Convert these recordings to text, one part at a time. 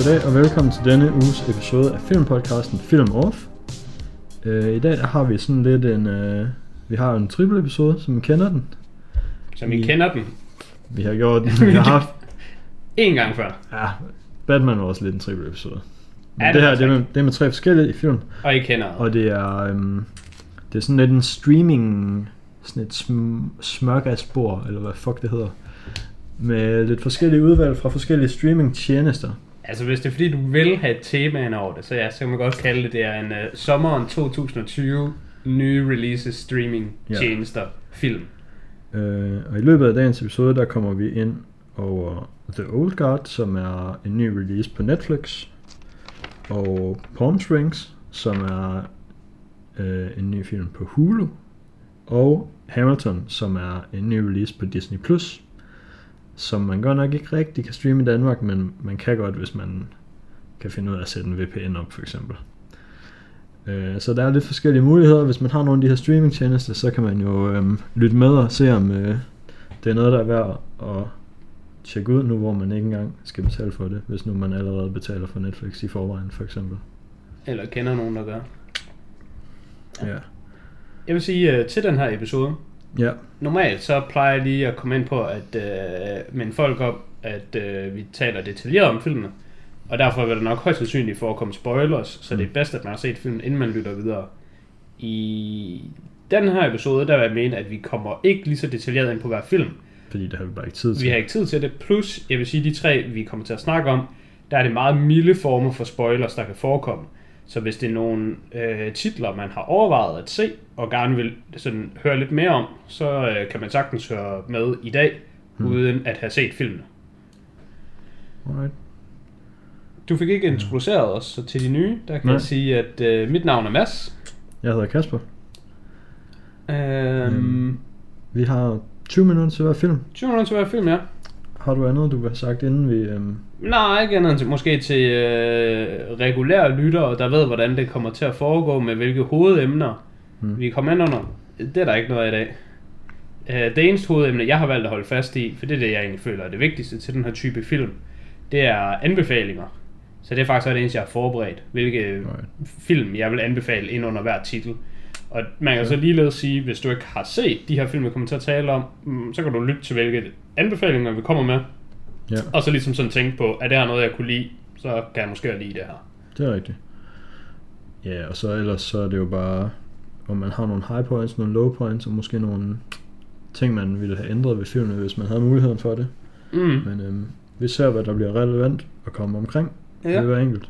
Goddag og velkommen til denne uges episode af filmpodcasten Film Off. I dag har vi sådan lidt vi har en triple episode, som I kender den. Som I kender den? Vi har gjort den. Vi har haft en gang før. Ja, Batman var også lidt en triple episode. Men ja, det her det er med 3 forskellige film. Og I kender. Og det er sådan lidt en streaming, sådan et smørgasbord, eller hvad fuck det hedder. Med lidt forskellige udvalg fra forskellige streaming-tjenester. Altså hvis det er fordi du vil have et tema over det, så kan man godt kalde det er en sommeren 2020 nye releases streaming-tjenester film. Og i løbet af dagens episode, der kommer vi ind over The Old Guard, som er en ny release på Netflix. Og Palm Springs, som er en ny film på Hulu. Og Hamilton, som er en ny release på Disney+. Som man godt nok ikke rigtig kan streame i Danmark, men man kan godt, hvis man kan finde ud af at sætte en VPN op, for eksempel. Så der er lidt forskellige muligheder. Hvis man har nogle af de her streamingtjenester, så kan man jo lytte med og se, om det er noget, der er værd at tjekke ud nu, hvor man ikke engang skal betale for det, hvis nu man allerede betaler for Netflix i forvejen, for eksempel. Eller kender nogen, der gør. Ja. Jeg vil sige, til den her episode, ja. Normalt så plejer jeg lige at komme ind på at minde folk op, at vi taler detaljeret om filmene, og derfor vil der nok højst sandsynligt forekomme spoilers, så det er bedst, at man har set filmen, inden man lytter videre. I den her episode, der vil jeg mene, at vi kommer ikke lige så detaljeret ind på hver film. Fordi det har vi bare ikke tid til. Vi har ikke tid til det, plus jeg vil sige, de 3 vi kommer til at snakke om, der er det meget milde former for spoilers, der kan forekomme. Så hvis det er nogle titler, man har overvejet at se, og gerne vil sådan høre lidt mere om, så kan man sagtens høre med i dag, uden at have set filmene. Alright. Du fik ikke introduceret os til de nye. Der kan jeg sige, at mit navn er Mads. Jeg hedder Kasper. Vi har 20 minutter til hver film. 20 minutter til hver film, ja. Har du andet, du vil have sagt, inden vi... Nej, ikke andet end måske til regulære lyttere, der ved, hvordan det kommer til at foregå, med hvilke hovedemner vi kommer ind under. Det er der ikke noget af i dag. Det eneste hovedemne, jeg har valgt at holde fast i, for det er det, jeg egentlig føler er det vigtigste til den her type film, det er anbefalinger. Så det er faktisk det eneste, jeg har forberedt, hvilke film jeg vil anbefale ind under hver titel. Og man kan så ligeledes sige, hvis du ikke har set de her film, vi kommer til at tale om, så kan du lytte til, hvilke anbefalinger vi kommer med. Ja. Og så ligesom sådan tænke på, er det her noget, jeg kunne lide, så kan jeg måske lide det her. Det er rigtigt. Ja, og så ellers så er det jo bare, om man har nogle high points, nogle low points, og måske nogle ting, man ville have ændret ved filmen, hvis man havde muligheden for det. Men vi ser, hvad der bliver relevant at komme omkring. Ja. Det vil være enkelt.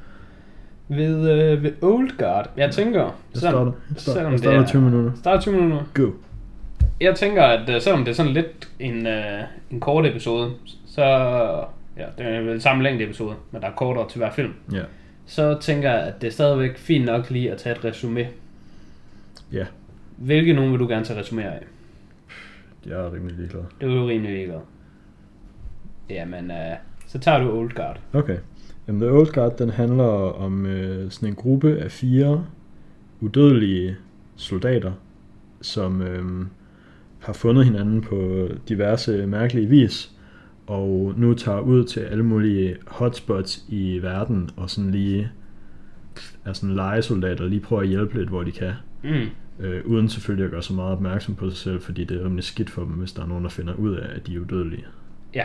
Ved Old Guard, jeg tænker... Jeg starter 20 minutter. Starter 20 minutter. Go. Jeg tænker, at selvom det er sådan lidt en kort episode, så... Ja, det er vel samme længde episode, men der er kortere til hver film. Ja. Så tænker jeg, at det er stadigvæk fint nok lige at tage et resume. Ja. Hvilke nogen vil du gerne tage resume af? Jeg er rimelig ligeglad. Det er jo rimelig ligeglad. Jamen, så tager du Old Guard. Okay. The Old Guard, den handler om sådan en gruppe af 4 udødelige soldater, som har fundet hinanden på diverse mærkelige vis, og nu tager ud til alle mulige hotspots i verden, og sådan lige er sådan lejesoldater, lige prøver at hjælpe lidt, hvor de kan. Uden selvfølgelig at gøre så meget opmærksom på sig selv, fordi det er rimelig skidt for dem, hvis der er nogen, der finder ud af, at de er udødelige. Ja.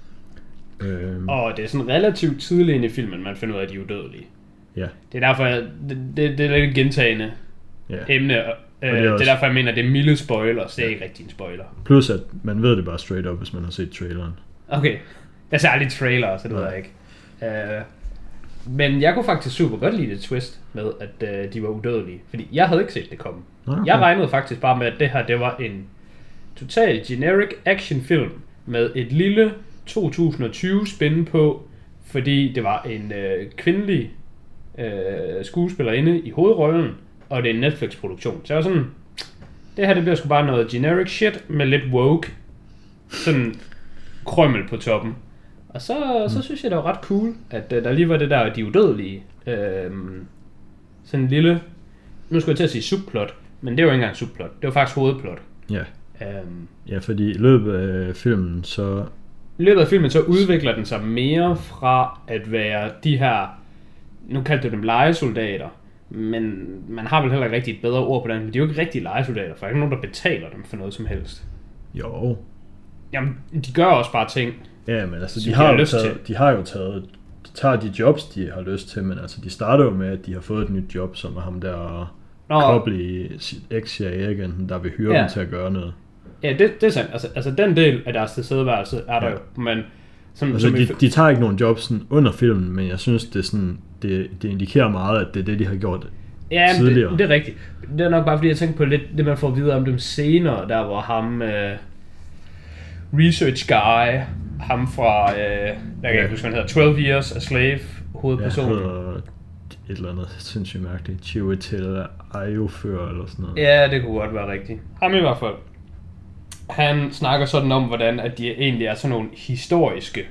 Og det er sådan relativt tidligt ind i filmen, man finder ud af, at de er udødelige. Ja. Det er derfor, det er lidt gentagende emne. Det er derfor, jeg mener, at det er milde spoilers. Det er ikke rigtig en spoiler. Plus, at man ved det bare straight up, hvis man har set traileren. Okay. Jeg ser aldrig trailer, så det ved jeg ikke. Men jeg kunne faktisk super godt lide det twist med, at de var udødelige. Fordi jeg havde ikke set det komme. Okay. Jeg regnede faktisk bare med, at det her det var en total generic actionfilm med et lille 2020 spin på, fordi det var en kvindelig skuespillerinde i hovedrollen, og det er en Netflix-produktion. Så jeg var sådan, det her det bliver sgu bare noget generic shit med lidt woke, sådan krømmel på toppen. Og så synes jeg, det var ret cool, at der lige var det der, de udødelige, sådan en lille, nu skulle jeg til at sige subplot, men det var ikke engang subplot, det var faktisk hovedplot. Ja. Ja, fordi i løbet af filmen, så i løbet af filmen, så udvikler den sig mere fra at være de her, nu kaldte du dem lejesoldater, men man har vel heller ikke rigtig et bedre ord på den, men de er jo ikke rigtige lejesoldater, for der er ikke nogen, der betaler dem for noget som helst. Jo. Jamen, de gør også bare ting. Ja, men altså, de har jo taget, de tager de jobs, de har lyst til, men altså, de starter jo med, at de har fået et nyt job, som er ham der Copley, ex-CIA-agenten, der vil hyre dem til at gøre noget. Ja, det er sandt. Altså den del af deres tilstedeværelse er der jo, men... de tager ikke nogen jobs sådan under filmen, men jeg synes, det, er sådan, det indikerer meget, at det er det, de har gjort tidligere. Det er rigtigt. Det er nok bare, fordi jeg tænker på lidt det, man får videre om dem senere, der hvor ham... research guy, ham fra, jeg kan ikke huske, hvad han hedder, 12 Years a Slave, hovedpersonen. Ja, et eller andet sindssygt mærkeligt, Chiwetel Ejiofor eller sådan noget. Ja, det kunne godt være rigtigt. Ham i hvert fald. Han snakker sådan om, hvordan at de egentlig er sådan nogle historiske,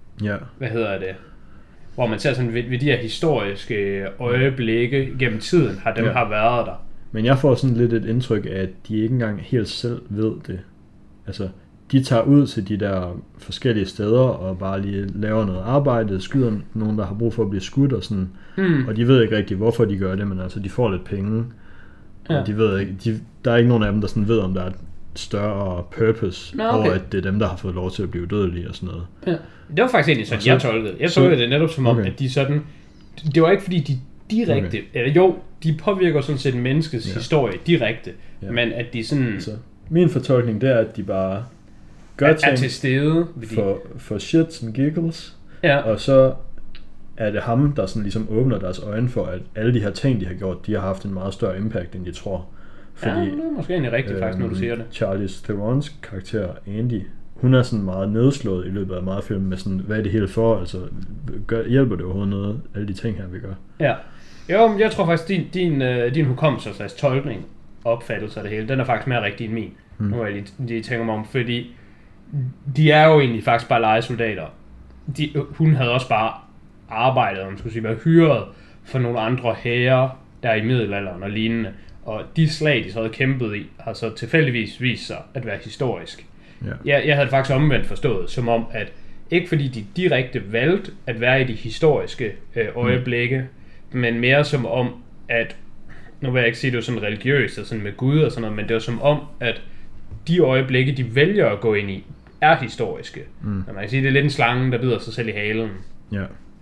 hvor man ser sådan ved de her historiske øjeblikke gennem tiden, har været der. Men jeg får sådan lidt et indtryk af, at de ikke engang helt selv ved det. Altså, de tager ud til de der forskellige steder og bare lige laver noget arbejde, skyder nogen, der har brug for at blive skudt og sådan. Og de ved ikke rigtig, hvorfor de gør det, men altså, de får lidt penge. Ja. Og de ved ikke, der er ikke nogen af dem, der sådan ved, om der er et større purpose over, at det er dem, der har fået lov til at blive dødelige og sådan noget. Ja. Det var faktisk egentlig sådan, jeg tolkede. Jeg tolkede det netop som om, at de sådan... Det var ikke fordi, de direkte... Eller jo, de påvirker sådan set menneskets historie direkte, men at de sådan... Altså, min fortolkning, det er, at de bare... gør ting til stede for shits and giggles, og så er det ham, der sådan ligesom åbner deres øjne for, at alle de her ting, de har gjort, de har haft en meget større impact, end de tror. Fordi, det er måske egentlig rigtigt faktisk, når du siger det. Charlize Therons karakter, Andy, hun er sådan meget nedslået i løbet af meget film med sådan, hvad er det hele for, altså hjælper det overhovedet noget, alle de ting her, vi gør. Ja, jo, jeg tror faktisk, din hukommelse, slags tolkning, opfattelse af det hele, den er faktisk mere rigtig end min. Nu er jeg lige tænker mig om, fordi de er jo egentlig faktisk bare lejesoldater. Hun havde også bare arbejdet, om man skulle sige, været hyret for nogle andre hære, der i middelalderen og lignende. Og de slag, de så havde kæmpet i, har så tilfældigvis vist sig at være historisk. Ja. Jeg havde det faktisk omvendt forstået, som om, at ikke fordi de direkte valgte at være i de historiske øjeblikke, men mere som om, at, nu vil jeg ikke sige, det var sådan religiøst, sådan med Gud og sådan noget, men det var som om, at de øjeblikke, de vælger at gå ind i, er historiske. Man kan sige, det er lidt en slange, der bider sig selv i halen. Ja.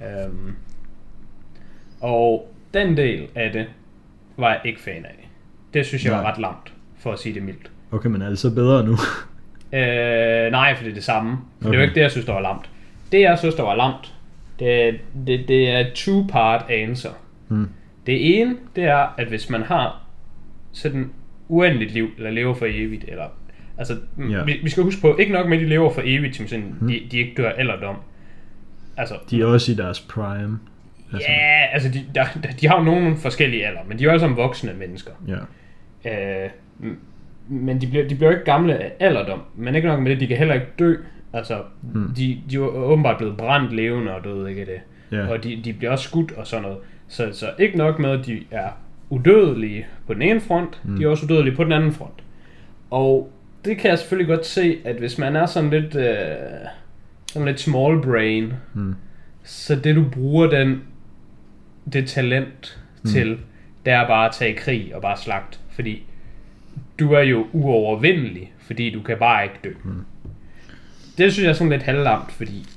Og den del af det var jeg ikke fan af. Det synes jeg var ret lamt, for at sige det mildt. Okay, men er det så bedre nu? Nej, for det er det samme. For det er jo ikke det, jeg synes, der var lamt. Det, jeg synes, der var lamt, det er two-part answer. Det ene, det er, at hvis man har sådan uendeligt liv, eller lever for evigt, eller... Altså, vi skal huske på, ikke nok med, at de lever for evigt, som sådan, de ikke dør alderdom. Altså, de er også i deres prime. Altså. Ja, altså, de har jo nogle forskellige alder, men de er jo alle sammen voksne mennesker. Ja. Men de bliver ikke gamle af alderdom, men ikke nok med det, de kan heller ikke dø. Altså, de er jo åbenbart blevet brændt levende og døde, ikke det? Yeah. Og de bliver også skudt og sådan noget. Så ikke nok med, at de er udødelige på den ene front, de er også udødelige på den anden front. Og det kan jeg selvfølgelig godt se, at hvis man er sådan lidt small brain, så det du bruger det talent til, det er bare at tage i krig og bare slagt. Fordi du er jo uovervindelig, fordi du kan bare ikke dø. Det synes jeg er sådan lidt halvlamt, fordi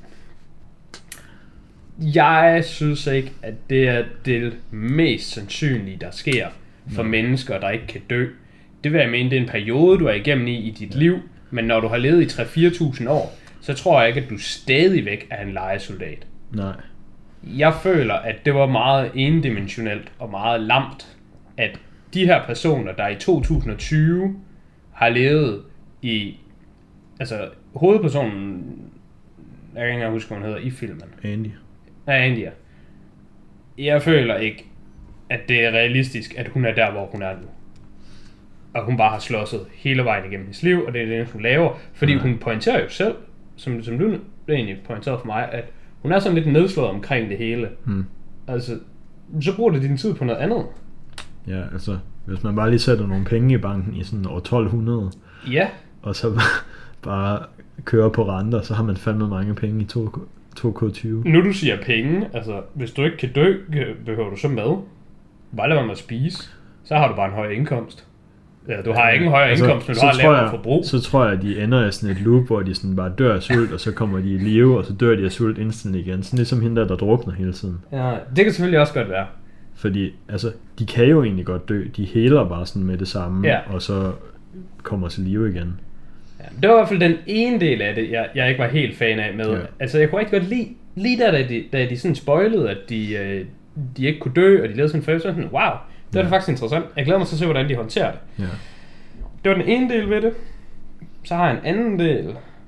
jeg synes ikke, at det er det mest sandsynlige, der sker for mennesker, der ikke kan dø. Det vil jeg mene, det er en periode, du er igennem i dit liv, men når du har levet i 3-4.000 år, så tror jeg ikke, at du stadigvæk er en lejesoldat. Nej. Jeg føler, at det var meget endimensionelt og meget lamt, at de her personer, der i 2020 har levet i... Altså, hovedpersonen... Jeg kan ikke engang huske, hvad hun hedder i filmen. Andy. Ja, Andy, ja. Jeg føler ikke, at det er realistisk, at hun er der, hvor hun er nu. Og hun bare har slåsset hele vejen igennem hendes liv, og det er det, hun laver. Fordi hun pointerer jo selv, som du egentlig pointerede for mig, at hun er sådan lidt nedslået omkring det hele. Altså, så bruger du din tid på noget andet. Ja, altså, hvis man bare lige sætter nogle penge i banken i sådan år 1200, ja, og så bare kører på renter, så har man fandme mange penge i 2K20. Nu du siger penge, altså hvis du ikke kan dø, behøver du så mad. Bare lad være med at spise. Så har du bare en høj indkomst. Ja, du har ikke en højere indkomst, men du har lavere forbrug. Så tror jeg, at de ender i sådan et loop, hvor de sådan bare dør af sult, og så kommer de i live, og så dør de af sult instant igen. Sådan ligesom hende der drukner hele tiden. Ja, det kan selvfølgelig også godt være. Fordi, altså, de kan jo egentlig godt dø. De heler bare sådan med det samme, ja. Og så kommer til live igen. Ja, det var i hvert fald den ene del af det, jeg ikke var helt fan af med. Ja. Altså, jeg kunne rigtig godt lide, lige der, da de sådan spoilede, at de ikke kunne dø, og de lavede sådan en følelse, sådan, wow, det var det faktisk interessant. Jeg glæder mig til at se, hvordan de håndterer det. Ja. Det var den ene del ved det. Så har jeg en anden del.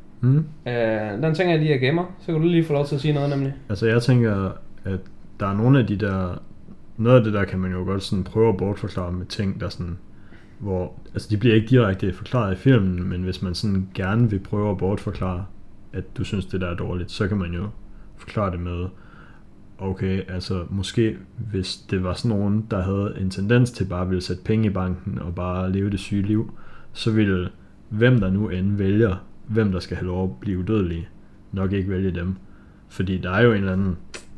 Den tænker jeg lige at gemmer. Så kan du lige få lov til at sige noget nemlig. Altså jeg tænker, at der er nogle af de der... Noget af det der kan man jo godt sådan prøve at bortforklare med ting, der sådan... Hvor, altså de bliver ikke direkte forklaret i filmen, men hvis man sådan gerne vil prøve at bortforklare, at du synes det der er dårligt, så kan man jo forklare det med... Okay, altså måske hvis det var sådan nogen, der havde en tendens til bare at ville sætte penge i banken og bare leve det syge liv, så ville hvem der nu end vælger, hvem der skal have lov at blive udødelige, nok ikke vælge dem. Fordi der er jo en eller anden,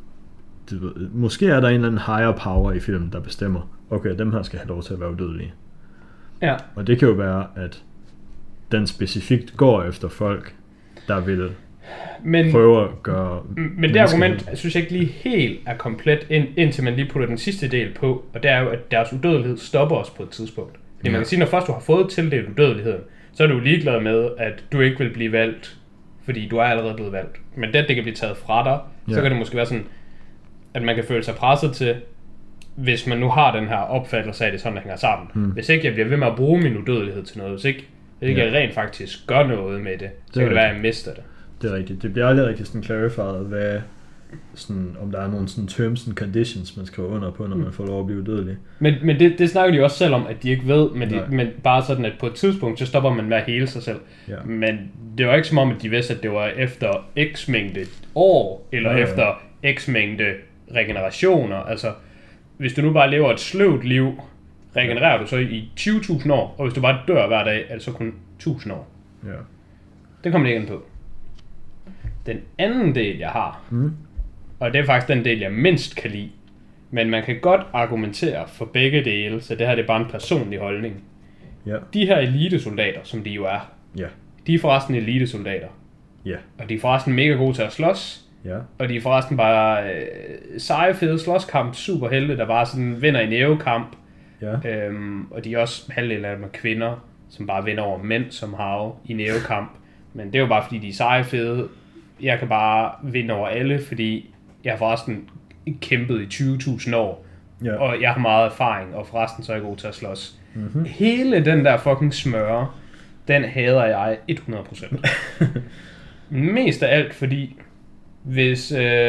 måske er der en eller anden higher power i filmen, der bestemmer, okay, dem her skal have lov til at være udødelige. Ja. Og det kan jo være, at den specifikt går efter folk, der vil prøve at gøre... Men det argument, synes jeg ikke lige helt er komplet, indtil man lige putter den sidste del på, og det er jo, at deres udødelighed stopper os på et tidspunkt. Fordi man kan sige, når først du har fået tildelt udødeligheden, så er du ligeglad med, at du ikke vil blive valgt, fordi du er allerede blevet valgt. Men det kan blive taget fra dig, så kan det måske være sådan, at man kan føle sig presset til, hvis man nu har den her opfattelse af, det sådan, der hænger sammen. Hvis ikke jeg bliver ved med at bruge min udødelighed til noget, hvis ikke jeg rent faktisk gør noget med det, så kan det være, at jeg mister det. Det er rigtigt. Det bliver aldrig rigtig sådan clarified, hvad, sådan, om der er nogle sådan terms and conditions, man skriver under på, når man får lov at blive udødelig. Men det snakker de jo også selv om, at de ikke ved, men bare sådan, at på et tidspunkt, så stopper man med at hele sig selv. Ja. Men det var ikke som om, at de vidste, at det var efter x mængde år, eller efter x mængde regenerationer. Altså, hvis du nu bare lever et sløvt liv, regenererer du så i 20.000 år, og hvis du bare dør hver dag, er det så kun 1.000 år. Ja. Det kommer det ikke ind på. Den anden del, jeg har, og det er faktisk den del, jeg mindst kan lide, men man kan godt argumentere for begge dele, så det her det er bare en personlig holdning. Ja. De her elitesoldater, som de jo er, de er forresten elitesoldater. Ja. Og de er forresten mega gode til at slås. Ja. Og de er forresten bare seje, fede slåskamp, superhelte, der bare sådan vinder i nævekamp. Ja. Og de er også halvdelen af dem kvinder, som bare vinder over mænd som hav i nævekamp. Men det er jo bare fordi, de er seje, fede. Jeg kan bare vinde over alle, fordi jeg har forresten kæmpet i 20.000 år. Ja. Og jeg har meget erfaring, og forresten så er jeg god til at slås. Mm-hmm. Hele den der fucking smøre, den hader jeg 100%. Mest af alt, fordi hvis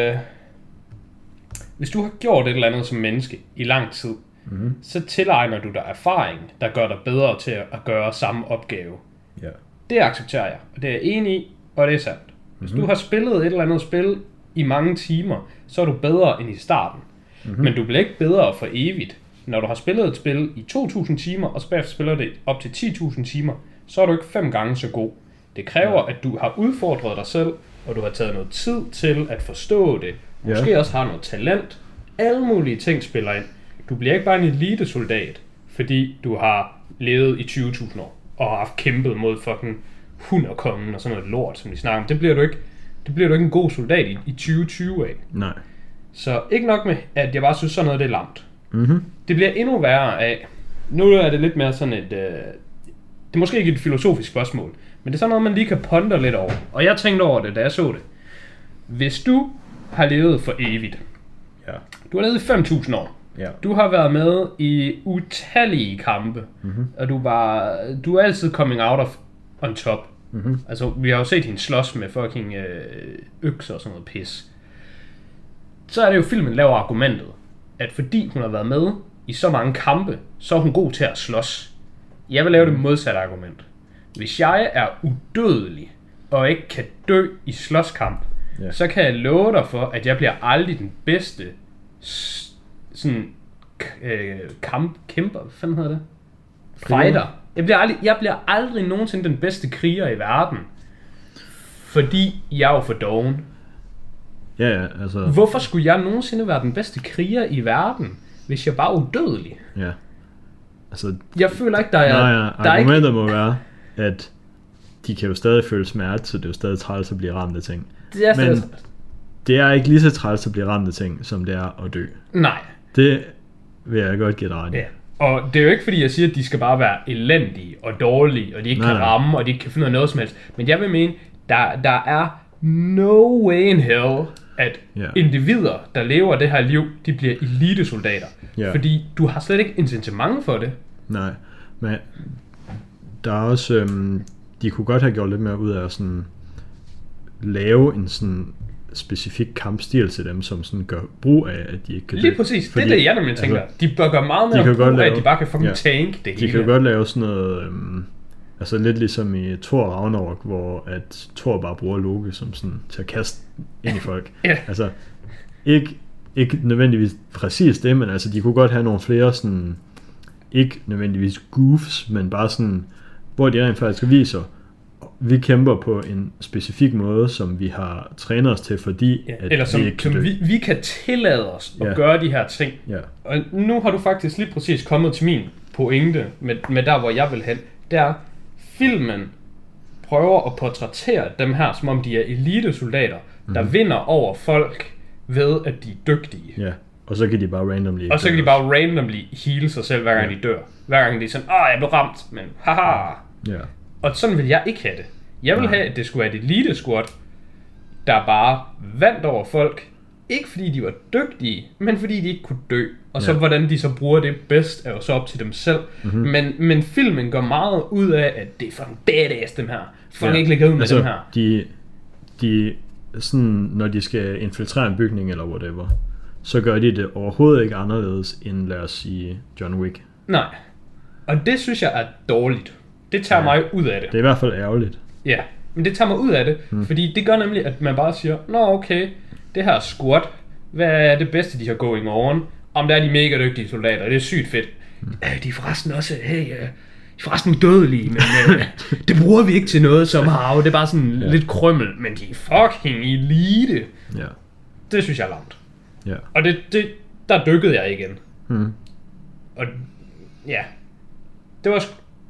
du har gjort et eller andet som menneske i lang tid, så tilegner du dig erfaring, der gør dig bedre til at gøre samme opgave. Ja. Det accepterer jeg, og det er jeg enig i, og det er sandt. Hvis du har spillet et eller andet spil i mange timer, så er du bedre end i starten. Men du bliver ikke bedre for evigt. Når du har spillet et spil i 2.000 timer, og så bagefter spiller det op til 10.000 timer, så er du ikke 5 gange så god. Det kræver, at du har udfordret dig selv, og du har taget noget tid til at forstå det. Måske også har noget talent. Alle mulige ting spiller ind. Du bliver ikke bare en elitesoldat, fordi du har levet i 20.000 år, og har haft kæmpet mod fucking hunderkongen og sådan noget lort, som de snakker om. Det bliver du ikke en god soldat i 2020 af. Nej. Så ikke nok med, at jeg bare synes, sådan noget det er lamt. Det bliver endnu værre af, nu er det lidt mere sådan et, det er måske ikke et filosofisk spørgsmål, men det er sådan noget, man lige kan pondre lidt over. Og jeg tænkte over det, da jeg så det. Hvis du har levet for evigt, du har levet i 5.000 år, du har været med i utallige kampe, og du er altid coming out of on top. Altså, vi har jo set hende slås med fucking økser og sådan noget pis. Så er det jo, filmen laver argumentet, at fordi hun har været med i så mange kampe, så er hun god til at slås. Jeg vil lave det modsatte argument. Hvis jeg er udødelig og ikke kan dø i slåskamp, så kan jeg love dig for, at jeg bliver aldrig den bedste sådan kæmper. Hvad fanden hedder det? Fighter. Jeg bliver aldrig nogensinde den bedste kriger i verden. Fordi jeg er jo for doven. Ja, altså... Hvorfor skulle jeg nogensinde være den bedste kriger i verden, hvis jeg bare er udødelig? Ja. Altså... Jeg føler ikke, der er... Nej, argumentet må være, at de kan jo stadig føle smerte, så det er jo stadig træls at blive ramt af ting. Det er men det er ikke lige så træls at blive ramt af ting, som det er at dø. Nej. Det vil jeg godt give dig ret i. Ja. Og det er jo ikke fordi, jeg siger, at de skal bare være elendige og dårlige, og de ikke kan ramme, og de ikke kan finde noget som helst. Men jeg vil mene, der er no way in hell, at individer, der lever det her liv, de bliver elitesoldater. Fordi du har slet ikke incitament for det. Nej, men der er også... de kunne godt have gjort lidt mere ud af at sådan lave en sådan specifik kampstil til dem, som sådan gør brug af, at de ikke kan dø. Lige præcis, fordi, det er det, jeg nemlig tænker. Altså, de bør gøre meget mere brug af, at de bare kan fucking tank det hele. De kan godt lave sådan noget, altså lidt ligesom i Thor Ragnarok, hvor at Thor bare bruger Loki som sådan til at kaste ind i folk. Altså, ikke nødvendigvis præcis det, men altså, de kunne godt have nogle flere sådan, ikke nødvendigvis goofs, men bare sådan, hvor de rent faktisk viser, vi kæmper på en specifik måde, som vi har trænet os til, fordi at eller som, vi ikke kan dø. Vi kan tillade os at gøre de her ting. Og nu har du faktisk lige præcis kommet til min pointe med der, hvor jeg vil hen. Der filmen prøver at portrættere dem her, som om de er elitesoldater, der vinder over folk ved, at de er dygtige. Ja, og så kan de bare randomly heal sig selv, hver gang de dør. Hver gang de er sådan, jeg blev ramt, men haha. Ja. Og sådan vil jeg ikke have det. Jeg vil have, at det skulle være et elite squad, der bare vandt over folk. Ikke fordi de var dygtige, men fordi de ikke kunne dø. Og så hvordan de så bruger det bedst, er jo så op til dem selv. Men filmen går meget ud af, at det er fucking badass dem her. Fucking ikke lægge ud med altså, dem her. De sådan, når de skal infiltrere en bygning eller whatever, så gør de det overhovedet ikke anderledes end, lad os sige, John Wick. Nej. Og det synes jeg er dårligt. Det tager mig ud af det. Det er i hvert fald ærgerligt. Ja, men det tager mig ud af det, fordi det gør nemlig, at man bare siger, nå okay, det her squad, hvad er det bedste, de har going on? Om der er de mega dygtige soldater, det er sygt fedt. De er forresten også, de er forresten udødelige, men det bruger vi ikke til noget somehow. Det er bare sådan lidt krømmel, men de er fucking elite. Ja. Det synes jeg er langt. Ja. Og der dykkede jeg igen. Og ja, det var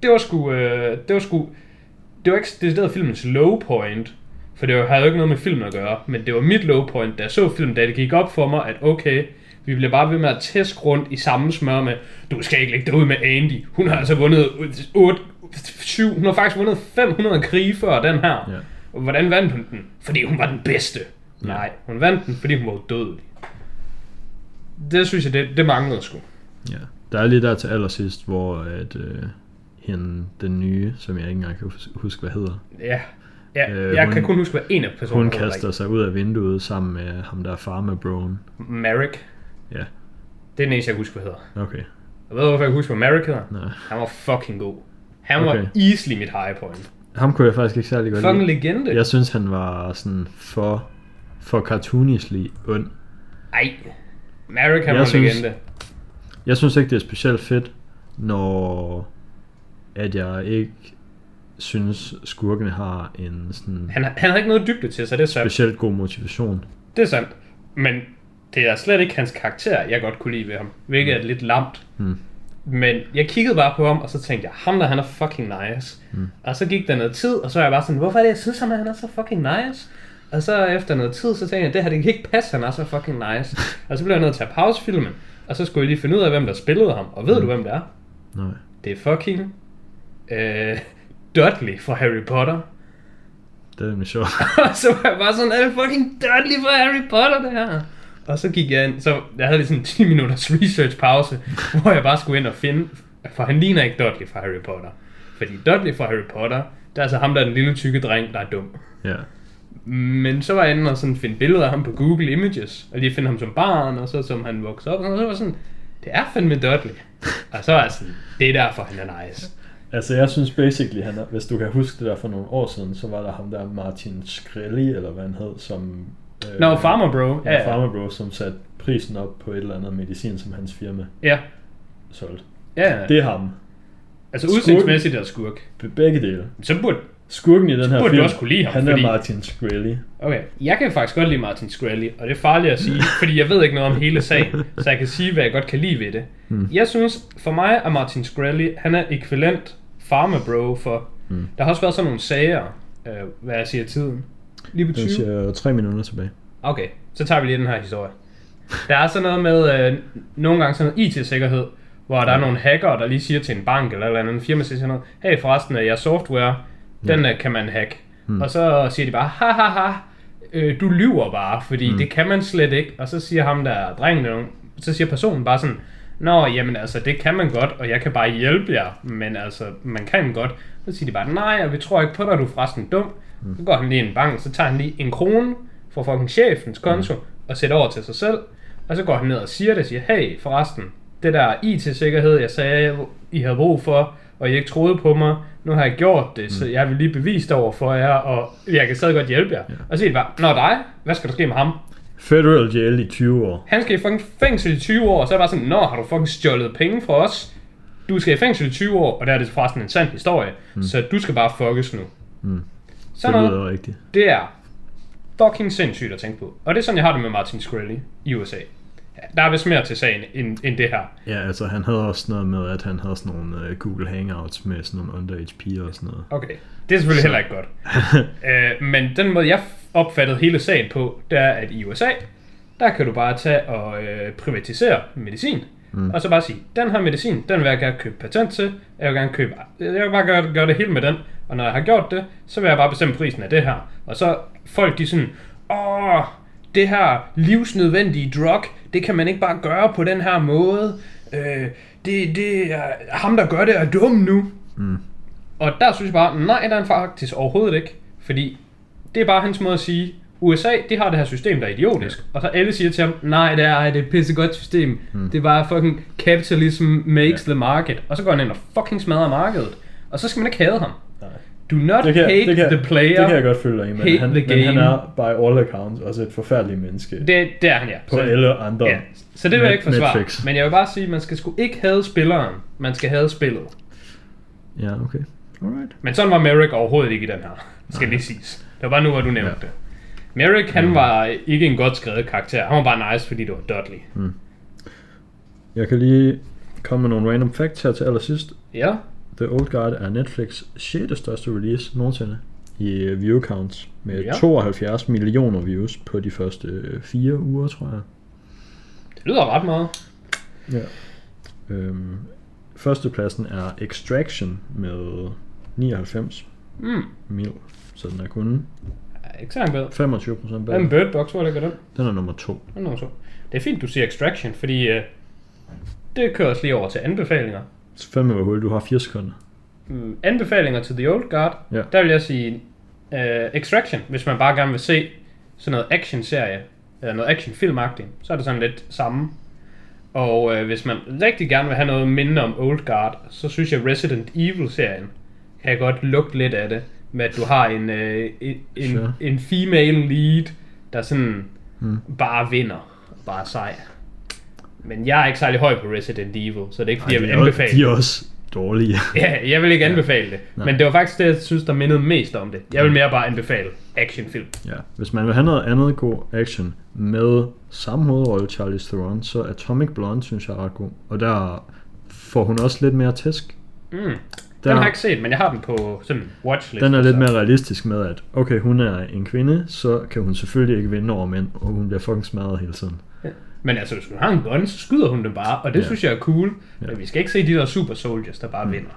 ikke decideret filmens low point, for det havde jo ikke noget med filmen at gøre, men det var mit low point, da jeg så filmen, da det gik op for mig, at okay, vi bliver bare ved med at tæske rundt i samme smør med, du skal ikke lægge dig ud med Andy, hun har altså vundet 7, hun har faktisk vundet 500 krige før den her. Ja. Og hvordan vandt hun den? Fordi hun var den bedste. Ja. Nej, hun vandt den, fordi hun var dødelig. Det synes jeg, det manglede sgu. Ja, der er lige der til allersidst, hvor at hende, den nye, som jeg ikke engang kan huske, hvad hedder. Ja, jeg kan kun huske, hvad en af personerne. Hun kaster sig ud af vinduet sammen med ham der farmer-broen. Merrick. Ja. Det er den eneste, jeg husker, hvad hedder. Okay. Og ved du, hvorfor jeg husker, hvad Merrick hedder? Nej. Han var fucking god. Han var easily mit high point. Ham kunne jeg faktisk ikke særlig godt lide. Fucking legende. Jeg synes, han var sådan for cartoonishly ond. Ej. Merrick, han var legende. Jeg synes ikke, det er specielt fedt, når at jeg ikke synes, skurkene har en sådan... Han har ikke noget dybde til sig, det er sandt. Specielt god motivation. Det er sandt. Men det er slet ikke hans karakter, jeg godt kunne lide ved ham. Hvilket er lidt lamt. Men jeg kiggede bare på ham, og så tænkte jeg, ham der, han er fucking nice. Og så gik der noget tid, og så er jeg bare sådan, hvorfor er det, jeg synes, han er så fucking nice? Og så efter noget tid, så tænkte jeg, det her, det kan ikke passe, han er så fucking nice. Og så blev jeg nødt til at pause filmen, og så skulle jeg lige finde ud af, hvem der spillede ham. Og ved du, hvem det er? Nej. Det er fucking Dudley fra Harry Potter. Det er nemlig sjovt. Og så var jeg bare sådan, er det fucking Dudley fra Harry Potter, det her? Og så gik jeg ind, så jeg havde lige sådan en 10 minutters research pause, hvor jeg bare skulle ind og finde, for han ligner ikke Dudley fra Harry Potter. Fordi Dudley fra Harry Potter, det er altså ham, der er den lille tykke dreng, der er dum. Ja. Men så var jeg inde og sådan finde billeder af ham på Google Images, og lige finde ham som barn, og så som han voksede op, og så var sådan, det er fandme Dudley. Og så var jeg sådan, det er derfor, han er nice. Altså jeg synes basically, han er, hvis du kan huske det der for nogle år siden, så var der ham der Martin Shkreli, eller hvad han hed, som... Farmer Bro. Ja, Farmer Bro, som satte prisen op på et eller andet medicin, som hans firma solgte. Ja. Det er ham. Altså udsigtsmæssigt er skurk. Begge dele. Så burde Skurken i den her burde film, du også kunne lide ham, han fordi... er Martin Shkreli. Okay, jeg kan faktisk godt lide Martin Shkreli, og det er farligt at sige, fordi jeg ved ikke noget om hele sagen, så jeg kan sige, hvad jeg godt kan lide ved det. Jeg synes, for mig er Martin Shkreli, han er ekvivalent farmabro for... Der har også været sådan nogle sager, hvad jeg siger tiden. Lige på 20. Den siger 3 minutter tilbage. Okay, så tager vi lige den her historie. Der er sådan noget med, nogle gange sådan noget IT-sikkerhed, hvor der er nogle hackere, der lige siger til en bank eller en firma, siger sådan noget, hey forresten, jeres software, den kan man hacke. Og så siger de bare, ha, du lyver bare, fordi det kan man slet ikke. Og så siger ham der drengen, så siger personen bare sådan, nå, jamen altså, det kan man godt, og jeg kan bare hjælpe jer, men altså, man kan godt. Så siger de bare, nej, vi tror ikke på dig, du er forresten dum. Så går han lige i en bank, så tager han lige 1 krone fra fucking chefens konto, og sætter over til sig selv. Og så går han ned og siger, hey, forresten, det der IT-sikkerhed, jeg sagde, I havde brug for, og I ikke troede på mig, nu har jeg gjort det, så jeg vil lige bevise det over for jer, og jeg kan stadig godt hjælpe jer. Og så siger de bare, nå dig, hvad skal der ske med ham? Federal jail i 20 år. Han skal i fucking fængsel i 20 år, og så er det bare sådan, nå, har du fucking stjålet penge fra os? Du skal i fængsel i 20 år, og der er det forresten en sand historie, så du skal bare fuckes nu. Sådan noget, det er fucking sindssygt at tænke på. Og det er sådan, jeg har det med Martin Shkreli i USA. Der er vist mere til sagen end det her. Ja, altså han havde også noget med, at han havde sådan nogle Google Hangouts med sådan nogle underage piger og sådan noget. Okay, det er selvfølgelig heller ikke godt. Men den måde, jeg opfattede hele sagen på, det er, at i USA, der kan du bare tage og privatisere medicin. Og så bare sige, den her medicin, den vil jeg gerne købe patent til. Jeg vil bare gøre det hele med den. Og når jeg har gjort det, så vil jeg bare bestemme prisen af det her. Og så folk de sådan, det her livsnødvendige drug, det kan man ikke bare gøre på den her måde. Det er ham, der gør det, er dum nu. Og der synes jeg bare, nej, der er han faktisk overhovedet ikke. Fordi det er bare hans måde at sige, USA, de har det her system, der er idiotisk. Og så alle siger til ham, nej, det er et pissegodt system. Det er bare fucking capitalism makes the market. Og så går han ind og fucking smadrer markedet. Og så skal man ikke hade ham. Do not hate the player. Det kan jeg godt følge dig i, men han er by all accounts også et forfærdeligt menneske. Det er han, ja. På alle andre. Ja. Så det vil jeg ikke forsvare. Men jeg vil bare sige, man skal sgu ikke hade spilleren. Man skal hade spillet. Ja, okay. Alright. Men sådan var Merrick overhovedet ikke i den her. Skal lige siges. Det var bare nu, hvor du nævnte det. Merrick, han var ikke en godt skrevet karakter. Han var bare nice, fordi det var Dudley. Jeg kan lige komme med nogle random facts her til allersidst. Ja. The Old Guard er Netflix 6. største release nogensinde i view counts med 72 millioner views på de første 4 uger, tror jeg. Det lyder ret meget. Ja. Førstepladsen er Extraction med 99 mil, så den er kun ikke så langt bedre. 25% bedre. Den Bird Box, hvor ligger den? Den er nummer 2. Det er fint, du siger Extraction, fordi det kører os lige over til anbefalinger. Så fandme hvor hul, du har 4 sekunder. Anbefalinger til The Old Guard, der vil jeg sige Extraction, hvis man bare gerne vil se sådan noget action-serie, eller noget action-filmagtigt, så er det sådan lidt samme. Og hvis man rigtig gerne vil have noget mindre om Old Guard, så synes jeg Resident Evil-serien kan godt lugte lidt af det, med at du har en female lead, der sådan bare vinder, bare er sej. Men jeg er ikke særlig høj på Resident Evil, så det er ikke fordi, jeg vil anbefale det. De er også dårlige. Ja, jeg vil ikke anbefale det. Men det var faktisk det, jeg synes, der mindede mest om det. Jeg vil mere bare anbefale actionfilm. Ja, hvis man vil have noget andet god action med samme hovedrolle Charlize Theron, så Atomic Blonde synes jeg er ret god. Og der får hun også lidt mere tæsk. Den har jeg ikke set, men jeg har den på sådan watchlist. Den er lidt mere realistisk med, at okay, hun er en kvinde, så kan hun selvfølgelig ikke vinde over mænd, og hun bliver fucking smadret hele tiden. Ja. Men altså, hvis hun har en gun, så skyder hun dem bare, og det synes jeg er cool. Ja. Men vi skal ikke se de der super soldiers, der bare vinder.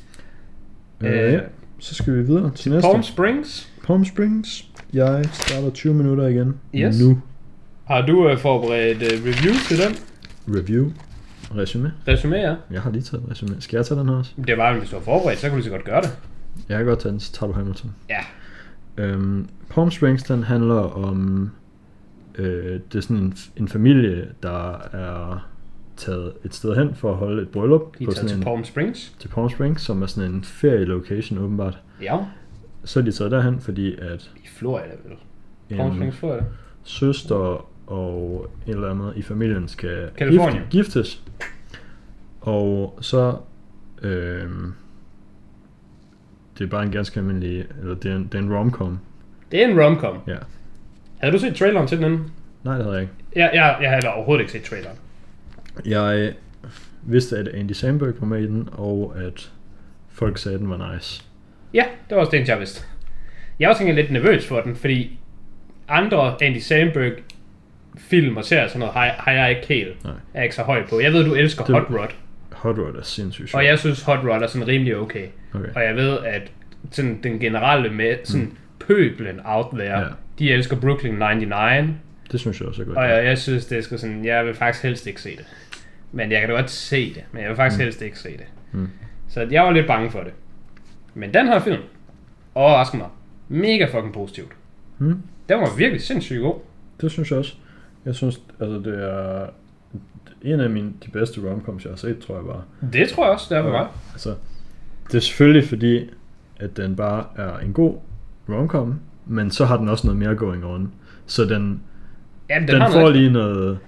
Så skal vi videre til næste. Palm Springs. Jeg starter 20 minutter igen. Yes. Nu. Har du forberedt review til den? Review? Resume, ja. Jeg har lige taget et resume. Skal jeg tage den her også? Det er bare, hvis du har forberedt, så kan du så godt gøre det. Jeg kan godt tage den, så tager du Hamilton. Ja. Palm Springs, den handler om det er sådan en familie, der er taget et sted hen for at holde et bryllup. På sådan til Palm Springs? Til Palm Springs, som er sådan en ferielocation åbenbart. Ja. Så er de taget derhen, fordi at i Florida vel? Palm Springs, Florida. Søster og en eller andet i familien skal giftes. Og så det er bare en ganske almindelig, eller det er en rom-com. Det er en rom-com. Ja. Havde du set traileren til den anden? Nej, det havde jeg ikke. Jeg havde overhovedet ikke set traileren. Jeg vidste, at Andy Samberg var med i den, og at folk sagde, at den var nice. Ja, det var også det, jeg vidste. Jeg var også lidt nervøs for den, fordi andre Andy Samberg film og serier sådan noget har jeg ikke helt. Nej. Jeg er ikke så høj på. Jeg ved, du elsker Hot Rod. Hot Rod er sindssygt sjovt. Og jeg synes, Hot Rod er sådan rimelig okay. Og jeg ved, at sådan den generelle med sådan pøblen out there, de elsker Brooklyn 99. Det synes jeg også er godt. Og jeg synes, det skal sådan, jeg vil faktisk helst ikke se det. Men jeg kan da godt se det, men jeg vil faktisk helst ikke se det. Så jeg var lidt bange for det. Men den her film overraskede mig mega fucking positivt. Den var virkelig sindssygt god. Det synes jeg også. Jeg synes, altså det er en af de bedste romcoms, jeg har set, tror jeg bare. Det tror jeg også, det er for mig. Altså, det er selvfølgelig fordi, at den bare er en god romcom, men så har den også noget mere going on. Så den får lige noget...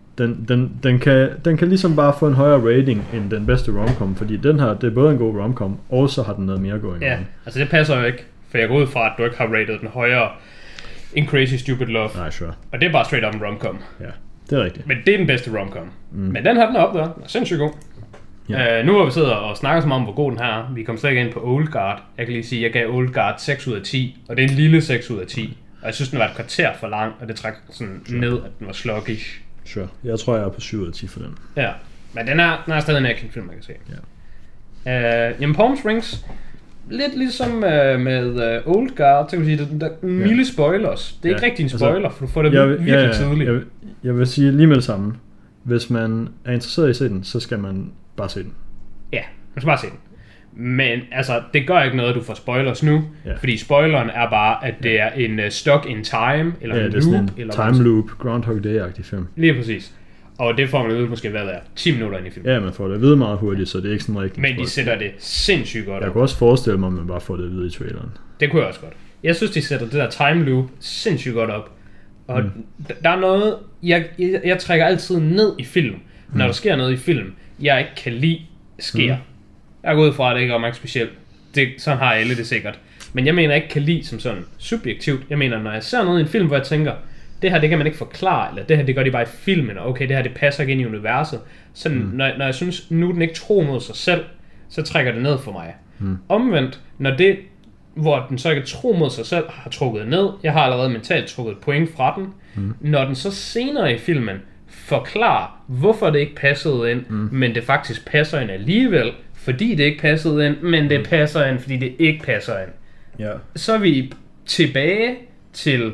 Den kan ligesom bare få en højere rating end den bedste romcom, fordi den her, det er både en god romcom, og så har den noget mere going on. Ja, altså det passer jo ikke, for jeg går ud fra, at du ikke har rated den højere end Crazy Stupid Love. Nej, sure. Og det er bare straight up en romcom. Ja, det er rigtigt. Men det er den bedste romcom. Men den her, den er op der. Den er sindssygt god. Ja. Nu har vi siddet og snakket så meget om, hvor god den her er. Vi kom slet ikke ind på Old Guard. Jeg kan lige sige, at jeg gav Old Guard 6 ud af 10, og det er en lille 6 ud af 10. Og jeg synes, den var et kvarter for lang, og det træk sådan ned, at den var sluggish. Sure. Jeg tror, jeg er på 7 ud af 10 for den. Ja, men den er stadig en actionfilm, man kan se. Ja. Jamen, Palm Springs, lidt ligesom med Old Guard, så kan man sige, der er milde spoilers. Det er ikke rigtig en spoiler, for du får det virkelig tidligt. Jeg vil sige lige med det samme. Hvis man er interesseret i at se den, så skal man bare se den. Ja, man skal bare se den. Men altså, det gør ikke noget, at du får spoilers nu, fordi spoileren er bare, at det er en stuck in time, eller en loop. En eller time loop, Groundhog Day-agtig film. Lige præcis. Og det får man ud måske, hvad det er, 10 minutter ind i filmen. Ja, man får det at vide meget hurtigt, så det er ikke sådan rigtig. Men de sætter det sindssygt godt op. Jeg kunne også forestille mig, at man bare får det at vide i traileren. Det kunne jeg også godt. Jeg synes, de sætter det der time loop sindssygt godt op. Og der er noget, jeg trækker altid ned i film, når der sker noget i film, jeg ikke kan lide sker. Jeg går ud fra, at det ikke er mig specielt. Sådan har alle det sikkert. Men jeg mener ikke kan lide som sådan subjektivt. Jeg mener, når jeg ser noget i en film, hvor jeg tænker, det her, det kan man ikke forklare, eller det her, det gør de bare i filmen, og okay, det her, det passer ikke ind i universet. Så når jeg synes, nu den ikke tror mod sig selv, så trækker det ned for mig. Omvendt, når det, hvor den så ikke tror mod sig selv, har trukket ned, jeg har allerede mentalt trukket et point fra den, når den så senere i filmen forklarer, hvorfor det ikke passede ind, men det faktisk passer ind alligevel, fordi det ikke passede ind, men det passer ind, fordi det ikke passer ind. Ja. Så er vi tilbage til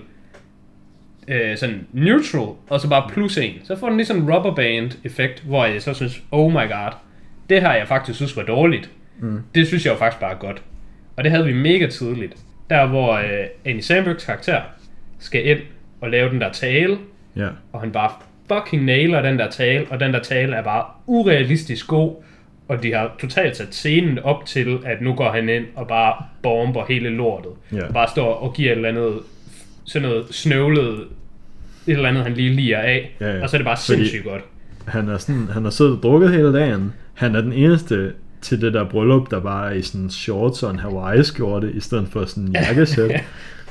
sådan neutral, og så bare plus 1. Så får den lige sådan en rubber band effekt, hvor jeg så synes, oh my god, det her jeg faktisk synes var dårligt. Det synes jeg jo faktisk bare er godt. Og det havde vi mega tidligt. Der hvor Andy Sambergs karakter skal ind og lave den der tale, og han bare fucking nailer den der tale, og den der tale er bare urealistisk god, og de har totalt sat scenen op til, at nu går han ind og bare bomber hele lortet. Og bare står og giver et eller andet, sådan noget snøvlet, et eller andet han lige liger af, og så er det bare sindssygt godt. Han har siddet og drukket hele dagen. Han er den eneste til det der bryllup, der bare er i sådan shorts og en Hawaii-skjorte, i stedet for sådan en jakkesæt.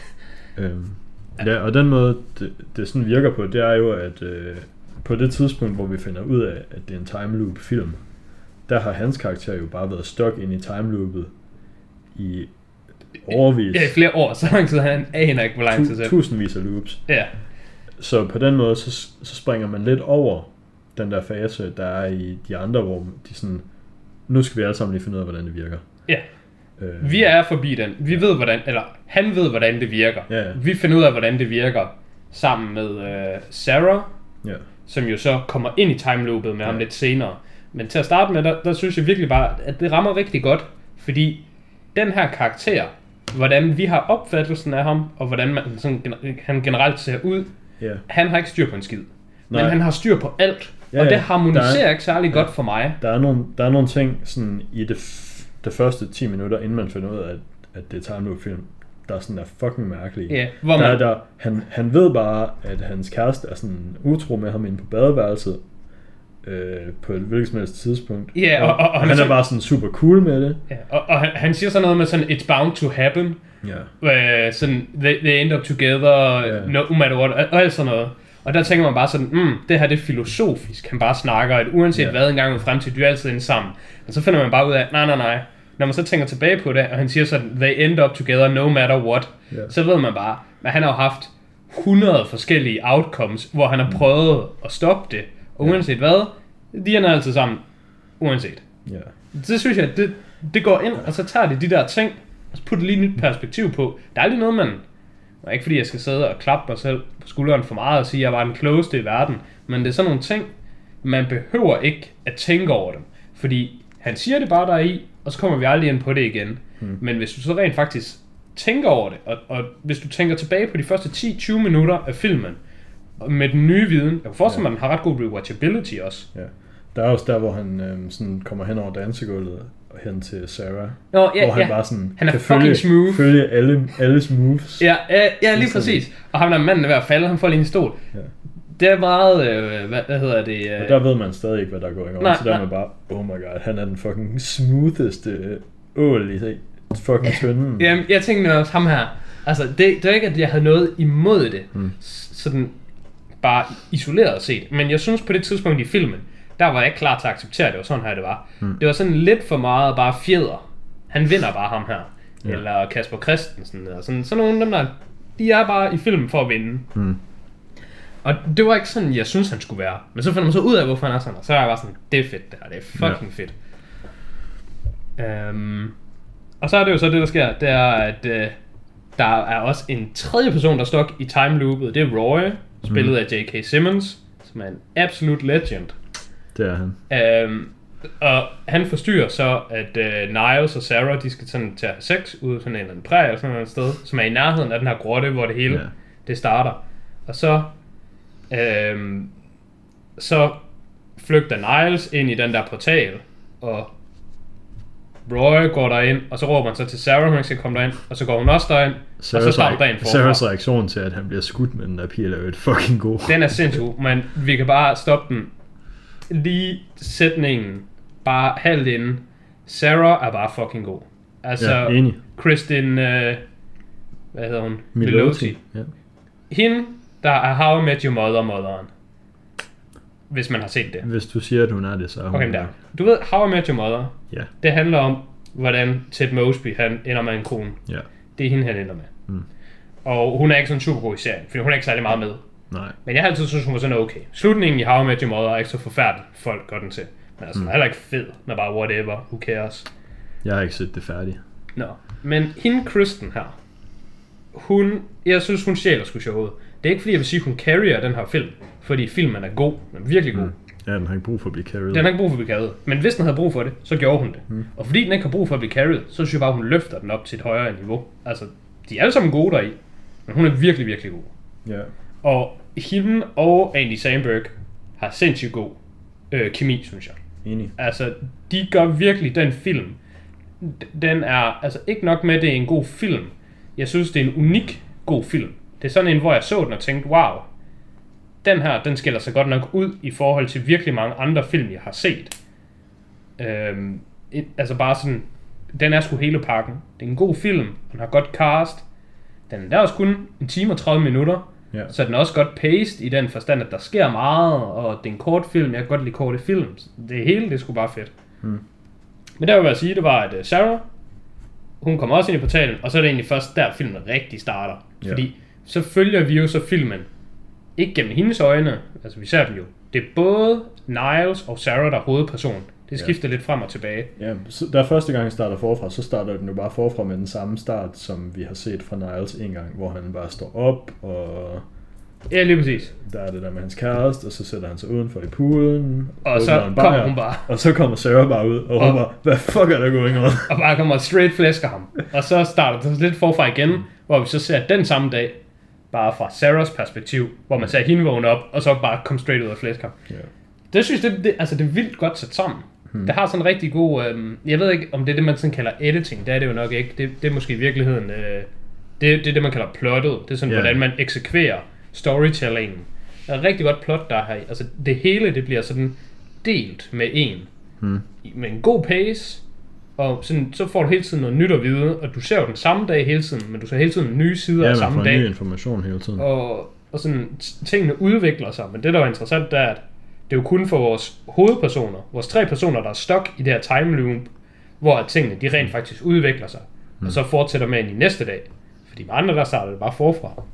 Og den måde, det sådan virker på, det er jo, at på det tidspunkt, hvor vi finder ud af, at det er en time loop film, der har hans karakter jo bare været stuck ind i time loopet i årevis. Ja, i flere år, så lang tid han aner ikke, hvor lang tid selv. Tusindvis af loops. Ja. Så på den måde, så springer man lidt over den der fase, der er i de andre, hvor de sådan, nu skal vi alle sammen lige finde ud af, hvordan det virker. Ja. Vi er forbi den. Vi ved, hvordan, eller han ved, hvordan det virker. Vi finder ud af, hvordan det virker sammen med Sarah, som jo så kommer ind i time loopet med ham lidt senere. Men til at starte med, der synes jeg virkelig bare, at det rammer rigtig godt, fordi den her karakter, hvordan vi har opfattelsen af ham, og hvordan han generelt ser ud, han har ikke styr på en skid. Men han har styr på alt, og det harmoniserer ikke særlig godt for mig. Der er nogle ting sådan, i det første 10 minutter, inden man finder ud af, at det er time loop film, der sådan er fucking mærkelige. Han ved bare, at hans kæreste er sådan utro med ham inde på badeværelset, på et hvilket som helst tidspunkt. Ja, og han er bare sådan super cool med det. Ja, og han siger sådan noget med sådan, it's bound to happen. Ja. Sådan, they end up together, no matter what, og alt sådan noget. Og der tænker man bare sådan, det her det er filosofisk. Han bare snakker, at uanset hvad en gang frem til, de er altid inde sammen. Og så finder man bare ud af, nej. Når man så tænker tilbage på det, og han siger sådan, they end up together no matter what, så ved man bare, at han har haft 100 forskellige outcomes, hvor han har prøvet at stoppe det. Og uanset hvad, de er altid sammen, uanset. Det synes jeg, det går ind, og så tager de der ting, og så putter lige et nyt perspektiv på. Der er aldrig noget, man... Og ikke fordi jeg skal sidde og klappe mig selv på skulderen for meget og sige, at jeg var den klogeste i verden. Men det er sådan nogle ting, man behøver ikke at tænke over dem. Fordi han siger det bare der i, og så kommer vi aldrig ind på det igen. Men hvis du så rent faktisk tænker over det, og hvis du tænker tilbage på de første 10-20 minutter af filmen, med den nye viden, jeg kan forestille mig, at den har ret god rewatchability også. Ja. Der er også der, hvor han sådan kommer hen over dansegulvet og hen til Sarah. Hvor han bare sådan han er fucking smooth. Følge alles moves. Ja, lige præcis. Og ham der manden er ved at falde, han får lige en stol. Ja. Det er meget, hvad hedder det? Og der ved man stadig ikke, hvad der går i gang. Så der er man bare, oh my god, han er den fucking smootheste ål i fucking tønden. Jamen, jeg tænkte også ham her. Altså, det er ikke, at jeg havde noget imod det. Sådan bare isoleret set. Men jeg synes på det tidspunkt i filmen, der var jeg ikke klar til at acceptere, det var sådan her det var. Det var sådan lidt for meget bare fjeder. Han vinder bare ham her. Ja. Eller Kasper Christensen. Eller sådan nogle dem der, de er bare i filmen for at vinde. Og det var ikke sådan, jeg synes han skulle være. Men så finder man så ud af, hvorfor han er sådan. Og så er jeg bare sådan, det er fedt det her, det er fucking fedt. Og så er det jo så det der sker, det er at der er også en tredje person der står i time loopet. Det er Roy, spillet af J.K. Simmons, som er en absolute legend. Det er han. Og han forstyrrer så, at Niles og Sarah, de skal sådan til at have sex ude sådan en eller anden præg eller sådan et sted, som er i nærheden af den her grotte, hvor det hele det starter. Og så flygter Niles ind i den der portal, og Roy går derind, og så råber han så til Sarah, hun ikke skal komme derind, og så går hun også derind, og så starter dagen forfra. Sarahs reaktion til, at han bliver skudt med den der pil, er jo et fucking god. Den er sindssyg, men vi kan bare stoppe den lige sætningen, bare halvt inden. Sarah er bare fucking god. Altså, enig. Kristin, hvad hedder hun? Milioti. Ja. Hende, der er How I Met Your Mother-motheren. Hvis man har set det. Hvis du siger, at hun er det, så er hun okay, der. Du ved, How I Met Your Mother, det handler om, hvordan Ted Mosby, han ender med en kone. Ja. Det er hende, han ender med. Og hun er ikke sådan super god i serien, fordi hun er ikke særlig meget med. Nej. Men jeg har altid synes hun var sådan okay. Slutningen i How I Met Your Mother er ikke så forfærdelig, folk gør den til. Men altså, den er heller ikke fed, når bare whatever, who cares. Jeg har ikke set det færdigt. Nå, men hende Kristen her, jeg synes hun stjæler sgu showet. Det er ikke fordi jeg vil sige hun carrier den her film, fordi filmen er god, den er virkelig god. Ja, den har ikke brug for at blive carried. Den har ikke brug for at blive carried, men hvis den havde brug for det, så gjorde hun det. Og fordi den ikke har brug for at blive carried, så synes jeg bare hun løfter den op til et højere niveau. Altså, de er alle sammen gode deri, men hun er virkelig, virkelig god. Ja. Og hende og Andy Samberg har sindssygt god kemi, synes jeg. Enig. Altså, de gør virkelig den film. Den er, altså ikke nok med, at det er en god film. Jeg synes, det er en unik god film. Det er sådan en, hvor jeg så den og tænkte, wow, den her, den skiller sig godt nok ud i forhold til virkelig mange andre film, jeg har set. Altså bare sådan, den er sgu hele pakken. Det er en god film, den har godt cast. Den er også kun 1 time og 30 minutter. Ja. Så den er også godt paced i den forstand, at der sker meget, og det er en kort film. Jeg kan godt lide korte film. Det hele, det er sgu bare fedt. Men der vil jeg sige, det var, at Sarah, hun kommer også ind i portalen, og så er det egentlig først der filmen rigtig starter. Fordi så følger vi jo så filmen, ikke gennem hendes øjne, altså vi ser den jo. Det er både Niles og Sarah, der er hovedperson. Det skifter lidt frem og tilbage. Ja, så der første gang starter forfra, så starter den jo bare forfra med den samme start, som vi har set fra Niles en gang, hvor han bare står op, og ja, lige præcis. Der er det der med hans kæreste, og så sætter han sig udenfor i poolen, og så kommer hun bare. Og så kommer Sarah bare ud, og hun bare, hvad fuck er der going on? Og bare kommer straight flæsker ham. Og så starter det lidt forfra igen, hvor vi så ser den samme dag, bare fra Sarahs perspektiv, hvor man ser hende vågne op, og så bare komme straight ud og flæsker ham. Yeah. Det synes jeg, det er vildt godt sat sammen. Det har sådan en rigtig god, jeg ved ikke om det er det man sådan kalder editing, det er det jo nok ikke, det er måske i virkeligheden, det er det man kalder plottet, det er sådan hvordan man eksekverer storytellingen. Der er et rigtig godt plot der her, altså det hele det bliver sådan delt med en. Med en god pace, og sådan, så får du hele tiden noget nyt at vide, og du ser jo den samme dag hele tiden, men du ser hele tiden nye sider af samme dag. Ja, man får ny information hele tiden. Og sådan, tingene udvikler sig, men det der er interessant, det er, at det er jo kun for vores hovedpersoner, vores 3 personer, der er stuck i det her time loop, hvor tingene, de rent faktisk udvikler sig, og så fortsætter med ind i næste dag. Fordi med andre, der starter det bare forfra.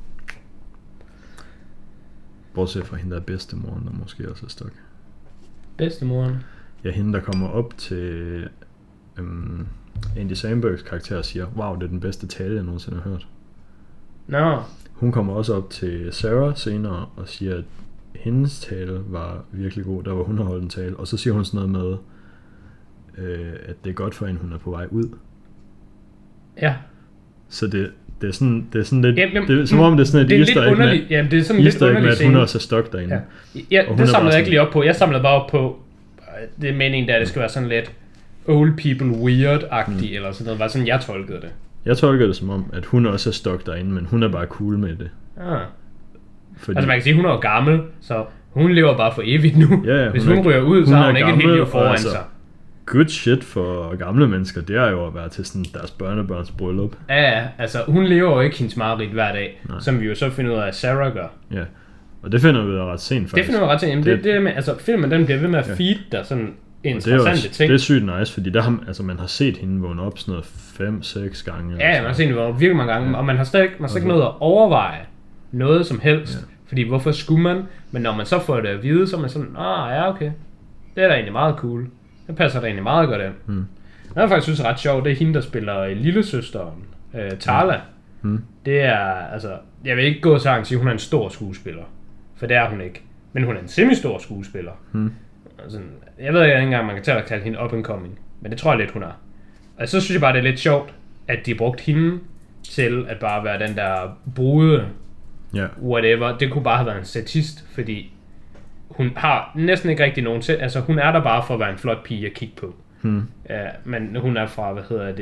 Bortset fra hende, der er bedstemoren, der måske også er stuck. Bedstemoren? Ja, hende, der kommer op til Andy Sambergs karakter og siger, wow, det er den bedste tale, jeg nogensinde har hørt. Nå. Hun kommer også op til Sarah senere og siger, at hendes tale var virkelig god, der var hun har holdt en tale. Og så siger hun sådan noget med, at det er godt for hende, hun er på vej ud. Ja. Så det er sådan lidt, det er som om det er sådan et easter egg med, jamen, det er sådan lidt underligt, at hun også er stuck derinde. Ja, det samlede jeg ikke lige op på. Jeg samlede bare op på, det er meningen, der det skal være sådan lidt old people weird-agtigt, eller sådan noget, var sådan jeg tolkede det. Jeg tolkede det som om, at hun også er stuck derinde, men hun er bare cool med det. Fordi... Altså man kan sige, hun er jo gammel, så hun lever bare for evigt nu. Ja, hvis hun ryger ud, så har hun ikke et helt liv foran sig. Good shit for gamle mennesker, det er jo at være til sådan deres børnebørns bryllup. Ja, altså hun lever jo ikke hendes mareridt hver dag. Nej. Som vi jo så finder ud af, at Sarah gør. Ja, og det finder vi jo ret sent faktisk. Det finder vi ret sent. Det med, altså filmen den bliver ved med at feed der sådan interessante ting. Det er sygt nice, fordi der har, altså, man har set hende vågne op sådan noget 5-6 gange. Ja, man har set hende vågne op virkelig mange gange, og man har slet ikke noget at overveje noget som helst. Fordi hvorfor skulle man? Men når man så får det at vide, så er man sådan, ja okay, det er da egentlig meget cool. Det passer da egentlig meget godt ind. Jeg faktisk synes er ret sjovt, det er hende, der spiller lillesøsteren, Tarla. Det er, altså, jeg vil ikke gå så langt og sige, at hun er en stor skuespiller. For det er hun ikke. Men hun er en semi-stor skuespiller. Altså, jeg ved ikke engang, man kan tage at kalde hende up and coming. Men det tror jeg lidt, hun er. Og så synes jeg bare, det er lidt sjovt, at de brugte hende til at bare være den der brude, whatever. Det kunne bare have været en statist, fordi hun har næsten ikke rigtig nogen til. Altså hun er der bare for at være en flot pige at kigge på. Men hun er fra,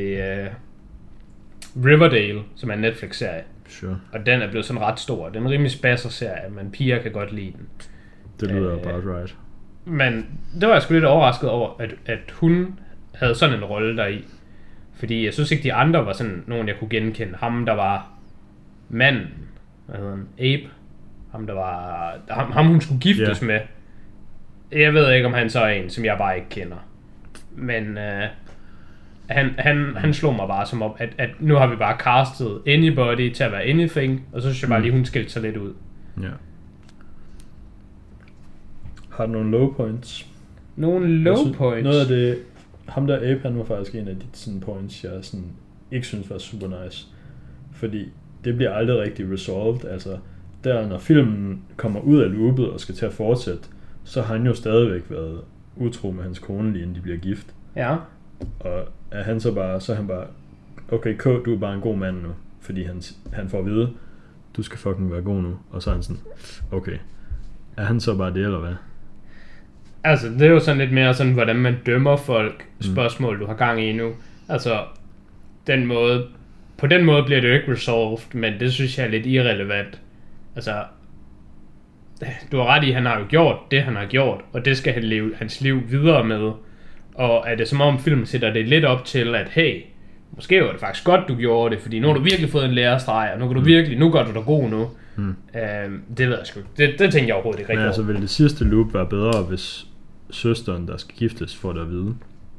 Riverdale, som er en Netflix-serie. Sure. Og den er blevet sådan ret stor. Den er en rimelig spasser-serie, men piger kan godt lide den. Det lyder about right. Men det var jeg sgu lidt overrasket over, at hun havde sådan en rolle deri. Fordi jeg synes ikke, de andre var sådan nogen, jeg kunne genkende. Ham, der var manden, hvad hedder han? Abe. Ham, der var... Ham hun skulle giftes med. Jeg ved ikke, om han så er en, som jeg bare ikke kender. Men han slog mig bare som om, at nu har vi bare castet anybody til at være anything. Og så synes jeg bare lige, hun skilte sig lidt ud. Ja. Har du nogle low points? Nogle low points? Noget af det... Ham der Abe, han var faktisk en af de sådan points, jeg sådan ikke synes var super nice. Fordi det bliver aldrig rigtig resolved. Altså, der når filmen kommer ud af loopet og skal til at fortsætte, så har han jo stadigvæk været utro med hans kone, lige inden de bliver gift. Ja. Og er han så er han bare, okay, K, du er bare en god mand nu. Fordi han får at vide, du skal fucking være god nu. Og så er han sådan, okay, er han så bare det, eller hvad? Altså, det er jo sådan lidt mere sådan, hvordan man dømmer folk, spørgsmål, du har gang i nu. Altså, på den måde bliver det jo ikke resolved, men det synes jeg er lidt irrelevant. Altså, du har ret i, han har jo gjort det, han har gjort, og det skal han leve hans liv videre med. Og er det som om filmen sætter det lidt op til, at hey, måske var det faktisk godt, du gjorde det, fordi nu har du virkelig fået en lærestreg, og nu gør du dig god nu. Det ved jeg sgu ikke. Det tænker jeg overhovedet ikke rigtig over. Men altså, vil det sidste loop være bedre, hvis søsteren, der skal giftes, får det at vide?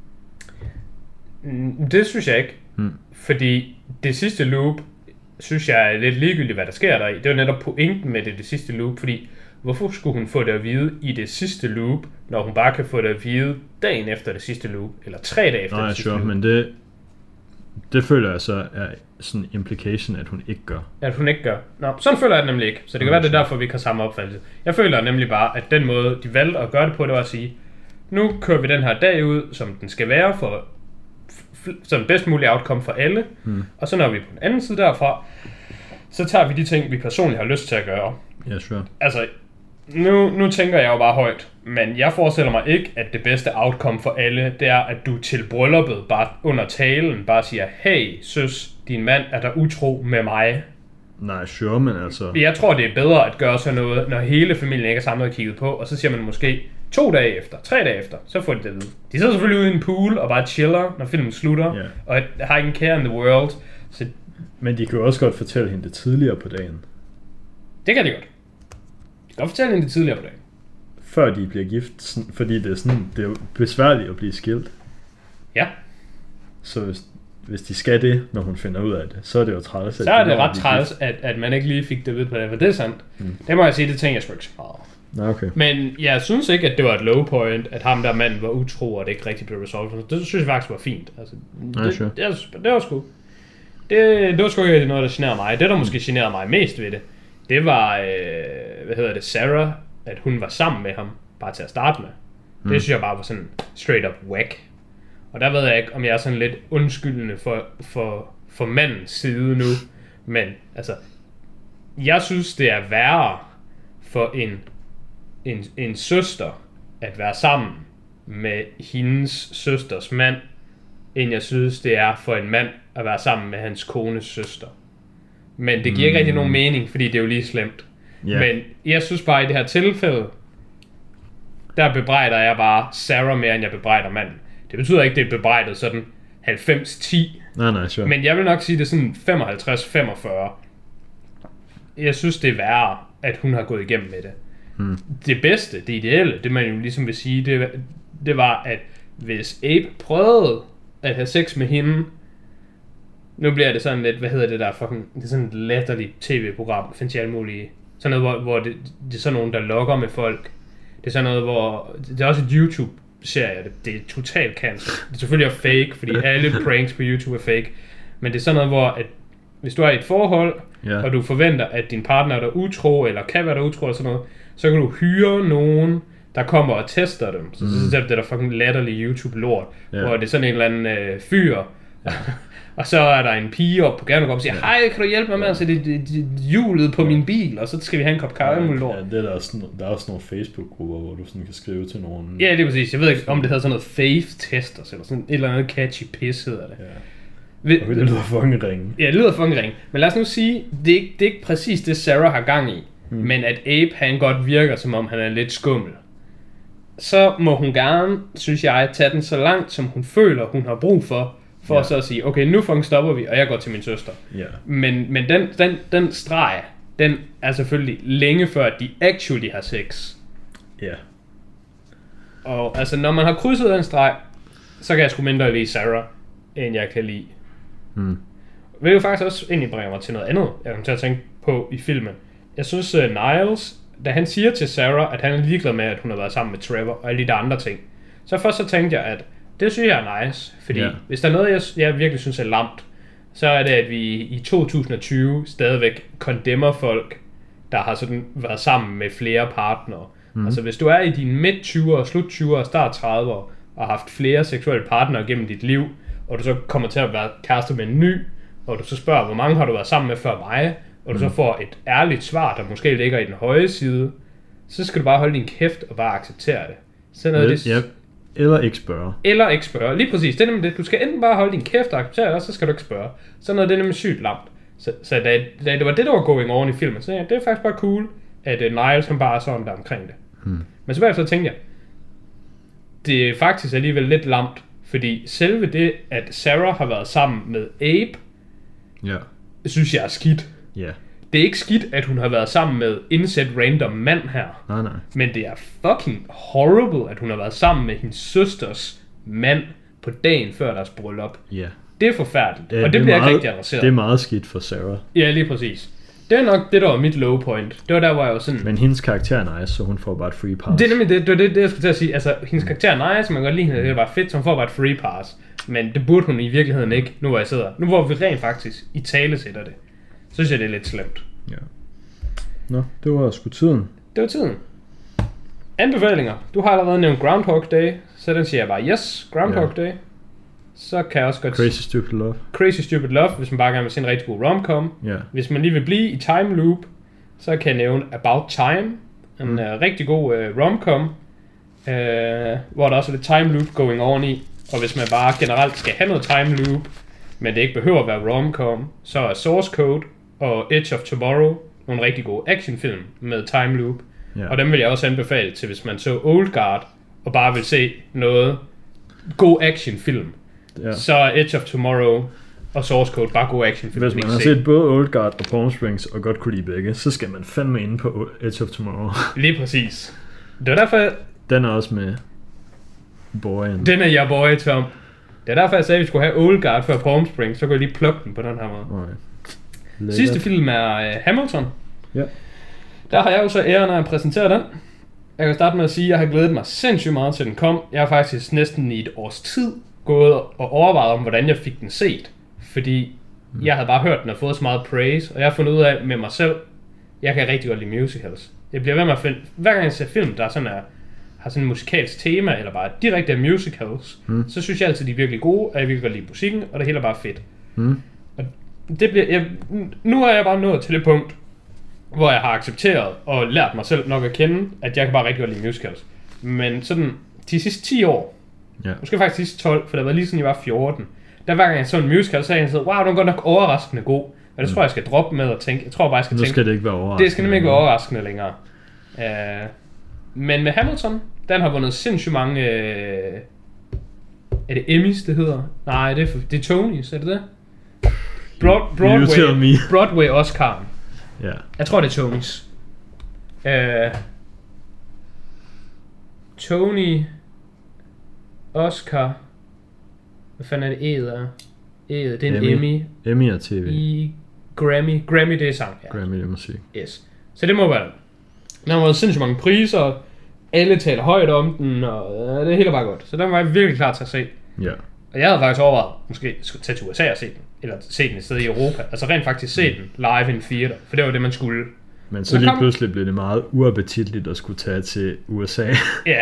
Det synes jeg ikke. Fordi det sidste loop, synes jeg er lidt ligegyldigt, hvad der sker der i. Det var netop pointen med det sidste loop, fordi hvorfor skulle hun få det at vide i det sidste loop, når hun bare kan få det at vide dagen efter det sidste loop, eller 3 dage efter det sidste loop? Men det føler jeg så er sådan en implication, at hun ikke gør. At hun ikke gør. Nå, sådan føler jeg det nemlig ikke. Så det kan være, det er derfor, vi ikke har samme opfattelse. Jeg føler nemlig bare, at den måde, de valgte at gøre det på, det var at sige, nu kører vi den her dag ud, som den skal være for som bedst mulig outcome for alle. Og så når vi på den anden side derfra, så tager vi de ting, vi personligt har lyst til at gøre. Ja, sure. Altså, nu tænker jeg jo bare højt, men jeg forestiller mig ikke, at det bedste outcome for alle, det er, at du til brylluppet bare under talen bare siger, hey, søs, din mand er der utro med mig. Nej, sure, men altså... Jeg tror, det er bedre at gøre sådan noget, når hele familien ikke er samlet og kigget på, og så siger man måske, 2 dage efter, 3 dage efter, så får de det at vide. De sidder selvfølgelig ude i en pool og bare chiller, når filmen slutter, og har ingen care in the world. Så men de kan jo også godt fortælle hende det tidligere på dagen. det kan de godt. De kan godt fortælle hende det tidligere på dagen. Før de bliver gift, fordi det er jo besværligt at blive skilt. Ja. Så hvis de skal det, når hun finder ud af det, så er det jo træls. Så er det ret træls, at man ikke lige fik det ved på det, for det er sandt. Det må jeg sige, det tænker jeg sgu ikke så meget. Okay. Men jeg synes ikke, at det var et low point, at ham der mand var utro, og det ikke rigtig blev resolved. Det synes jeg faktisk var fint. Altså, det var sgu... Det var sgu ikke noget, der generede mig. Det, der måske generede mig mest ved det, det var, Sarah, at hun var sammen med ham, bare til at starte med. Det synes jeg bare var sådan straight up whack. Og der ved jeg ikke, om jeg er sådan lidt undskyldende for mandens side nu. Men altså, jeg synes, det er værre for en søster at være sammen med hendes søsters mand, end jeg synes, det er for en mand at være sammen med hans kones søster. Men det giver ikke rigtig nogen mening, fordi det er jo lige slemt. Yeah. Men jeg synes bare, i det her tilfælde, der bebrejder jeg bare Sarah mere, end jeg bebrejder manden. Det betyder ikke, det er bebrejdet sådan 90-10. Nej, sure. Men jeg vil nok sige, det er sådan 55-45. Jeg synes, det er værre, at hun har gået igennem med det. Det bedste, det ideelle, det man jo ligesom vil sige, det var, at hvis Abe prøvede at have sex med hende, nu bliver det sådan lidt, hvad hedder det der fucking, det er sådan et latterligt tv-program, findes jeg alle mulige, sådan noget, hvor det er sådan nogen, der lokker med folk. Det er sådan noget, hvor, det er også et YouTube-serie, det er totalt cancer. Det er selvfølgelig fake, fordi alle pranks på YouTube er fake, men det er sådan noget, hvor at hvis du er i et forhold, og du forventer, at din partner er der utro, eller kan være der utro, eller sådan noget, så kan du hyre nogen, der kommer og tester dem. Så er det der fucking latterlige YouTube-lort, hvor det er sådan en eller anden fyr, og så er der en pige op på gaden, og siger, hej, kan du hjælpe mig med at sætte hjulet på min bil, og så skal vi have en kop kaffe med lort. Ja, der er også nogle Facebook-grupper, hvor du sådan kan skrive til nogen. Ja, det er præcis. Jeg ved ikke, om det hedder sådan noget faith-testers, eller sådan et eller andet catchy piss hedder det. Okay, det lyder fucking ringe. Ja, det lyder fucking ringe. Men lad os nu sige, det er ikke præcis det, Sarah har gang i. Men at Abe, han godt virker, som om han er lidt skummel. Så må hun gerne, synes jeg, tage den så langt, som hun føler, hun har brug for så at sige, okay, nu fucking stopper vi, og jeg går til min søster. Men den streg, den er selvfølgelig længe før, at de actually har sex. Og altså, når man har krydset den streg, så kan jeg sgu mindre lide Sarah, end jeg kan lide. Vil jo faktisk også egentlig bringe mig til noget andet, jeg kommer til at tænke på i filmen. Jeg synes, Niles, da han siger til Sarah, at han er ligeglad med, at hun har været sammen med Trevor og alle de der andre ting, så først så tænkte jeg, at det synes jeg er nice, fordi hvis der er noget, jeg virkelig synes er lamt, så er det, at vi i 2020 stadigvæk condemner folk, der har sådan været sammen med flere partnere. Altså hvis du er i dine midt-20'ere, slut-20'ere, start-30'ere, og har haft flere seksuelle partnere gennem dit liv, og du så kommer til at være kærester med en ny, og du så spørger, hvor mange har du været sammen med før mig, og du så får et ærligt svar, der måske ligger i den høje side, så skal du bare holde din kæft og bare acceptere det. Så noget det. Eller ikke spørge. Eller ikke spørge. Lige præcis. Det er nemlig det. Du skal enten bare holde din kæft og acceptere det, og så skal du ikke spørge. Så noget det er nemlig sygt lamt. Så da det var det, der var going on i filmen, så ja, det er faktisk bare cool, at Niles han bare er sådan der omkring det. Men så bagefter tænkte jeg, det er faktisk alligevel lidt lamt, fordi selve det, at Sarah har været sammen med Abe, synes jeg er skidt. Det er ikke skidt, at hun har været sammen med indsat random mand her. Nej. Men det er fucking horrible, at hun har været sammen med hendes søsters mand på dagen før deres bryllup. Det er forfærdeligt, og det bliver ikke rigtig adresseret. Det er meget skidt for Sarah. Ja, lige præcis. Det er nok det, der var mit low point. Det var der, hvor jeg var sådan... Men hendes karakter er nice, så hun får bare et free pass. Det er nemlig det jeg skulle til at sige. Altså, hendes karakter er nice, man kan godt lide hende, det er bare fedt, så hun får bare et free pass. Men det burde hun i virkeligheden ikke, nu hvor jeg sidder. Nu hvor vi rent faktisk i tale sætter det, så synes jeg, det er lidt slemt. Nå, det var sgu tiden. Det var tiden. Anbefalinger. Du har allerede nævnt Groundhog Day, så den siger jeg bare yes, Groundhog Day. Så kan jeg også godt... Crazy Stupid Love, hvis man bare gerne vil se en rigtig god rom-com. Hvis man lige vil blive i time loop, så kan jeg nævne About Time. En rigtig god rom-com, hvor der også er lidt time loop going on i. Og hvis man bare generelt skal have noget time loop, men det ikke behøver at være rom-com, så er Source Code og Edge of Tomorrow nogle rigtig gode actionfilm med time loop. Ja. Og dem vil jeg også anbefale til, hvis man så Old Guard, og bare vil se noget god actionfilm. Ja. Så er Edge of Tomorrow og Source Code bare god actionfilm. Hvis man har set både Old Guard og Palm Springs, og godt kunne lide begge, så skal man fandme inde på Edge of Tomorrow. Lige præcis. Det er derfor... Den er også med Boyen. Den er jeg boy, Tom. Det er derfor, jeg sagde, at vi skulle have Old Guard før Palm Springs. Så kan jeg lige plukke den på den her måde. Okay. Sidste film er Hamilton. Ja. Der har jeg jo så æren af at præsentere den. Jeg kan starte med at sige, at jeg har glædet mig sindssygt meget til den kom. Jeg har faktisk næsten i et års tid gået og overvejet om, hvordan jeg fik den set. Fordi jeg havde bare hørt den og fået så meget praise. Og jeg har fundet ud af med mig selv, jeg kan rigtig godt lide musicals. Jeg bliver ved med at finde, hver gang jeg ser film, der sådan har sådan en musikalsk tema, eller bare direkte musicals, så synes jeg altid, de er virkelig gode, og jeg virkelig godt lide musikken, og det hele er bare fedt. Og det bliver, nu er jeg bare nået til det punkt, hvor jeg har accepteret og lært mig selv nok at kende, at jeg kan bare rigtig godt lide musicals. Men sådan de sidste 10 år, måske faktisk de sidste 12, for det var lige siden jeg var 14, der hver gang jeg så en musical, så jeg sådan, wow, den er godt nok overraskende god. Og det tror jeg skal droppe med at tænke. Jeg tror bare, jeg skal tænke. Nu skal det ikke være overraskende. Det skal nemlig ikke være overraskende længere. Men med Hamilton, den har vundet sindssygt mange... er det Emmys, det hedder? Nej, det er Tonys, er det det? Broadway Oscar. Ja. Jeg tror, det er Tonys. Tony, Oscar... Hvad fanden er det E'et er? E'et, det er en Emmy. Emmy er TV. Grammy det er sang, ja. Grammy det er musik. Yes. Så det må være den. Den har været sindssygt mange priser, alle taler højt om den, og det hele bare godt. Så den var jeg virkelig klar til at se. Ja. Og jeg havde faktisk overvejet, måske skulle tage til USA og se den, eller se den et sted i Europa. Altså rent faktisk se den live i en theater, for det var det man skulle. Men så lige pludselig blev det meget uappetitligt at skulle tage til USA. Ja.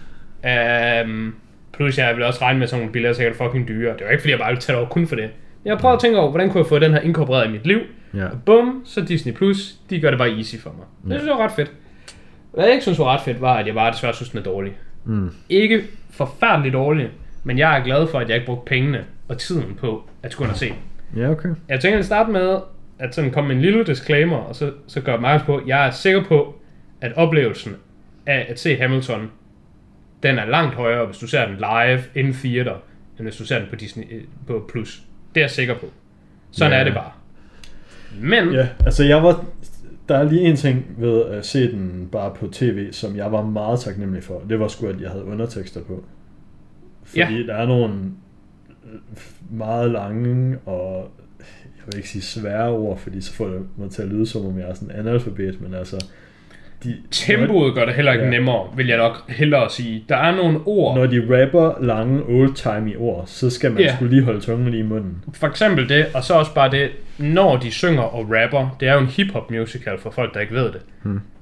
Plus jeg ville også regne med, sådan nogle billetter sikkert fucking dyre. Det var ikke fordi jeg bare ville tage det over kun for det. Jeg har prøvet at tænke over, hvordan kunne jeg få den her inkorporeret i mit liv. Ja. Og bum, så Disney Plus, de gør det bare easy for mig. Det synes jeg var ret fedt. Hvad jeg ikke synes var ret fedt, var, at jeg bare desværre synes, den er dårlig. Ikke forfærdeligt dårlig, men jeg er glad for, at jeg ikke brugte pengene og tiden på at skulle ind og se den. Ja, okay. Jeg tænker at starte med, at sådan komme med en lille disclaimer, og så gør jeg meget på, jeg er sikker på, at oplevelsen af at se Hamilton, den er langt højere, hvis du ser den live in theater, end hvis du ser den på Disney på Plus. Det er jeg sikker på. Sådan er det bare. Men... Ja, altså der er lige en ting ved at se den bare på tv, som jeg var meget taknemmelig for. Det var sgu, at jeg havde undertekster på. Fordi der er nogle meget lange og, jeg vil ikke sige svære ord, fordi så får det mig til at lyde som om jeg er sådan en analfabet, men altså... Tempoet gør det heller ikke nemmere, vil jeg nok hellere sige. Der er nogle ord... Når de rapper lange, old-timey ord, så skal man skulle lige holde tungen lige i munden. For eksempel det, og så også bare det, når de synger og rapper, det er jo en hip-hop musical for folk, der ikke ved det.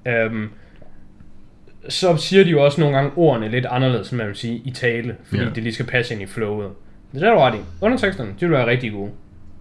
Så siger de jo også nogle gange ordene lidt anderledes, som man vil sige, i tale, fordi det lige skal passe ind i flowet. Det er du ret i. Underteksterne, de vil være rigtig gode.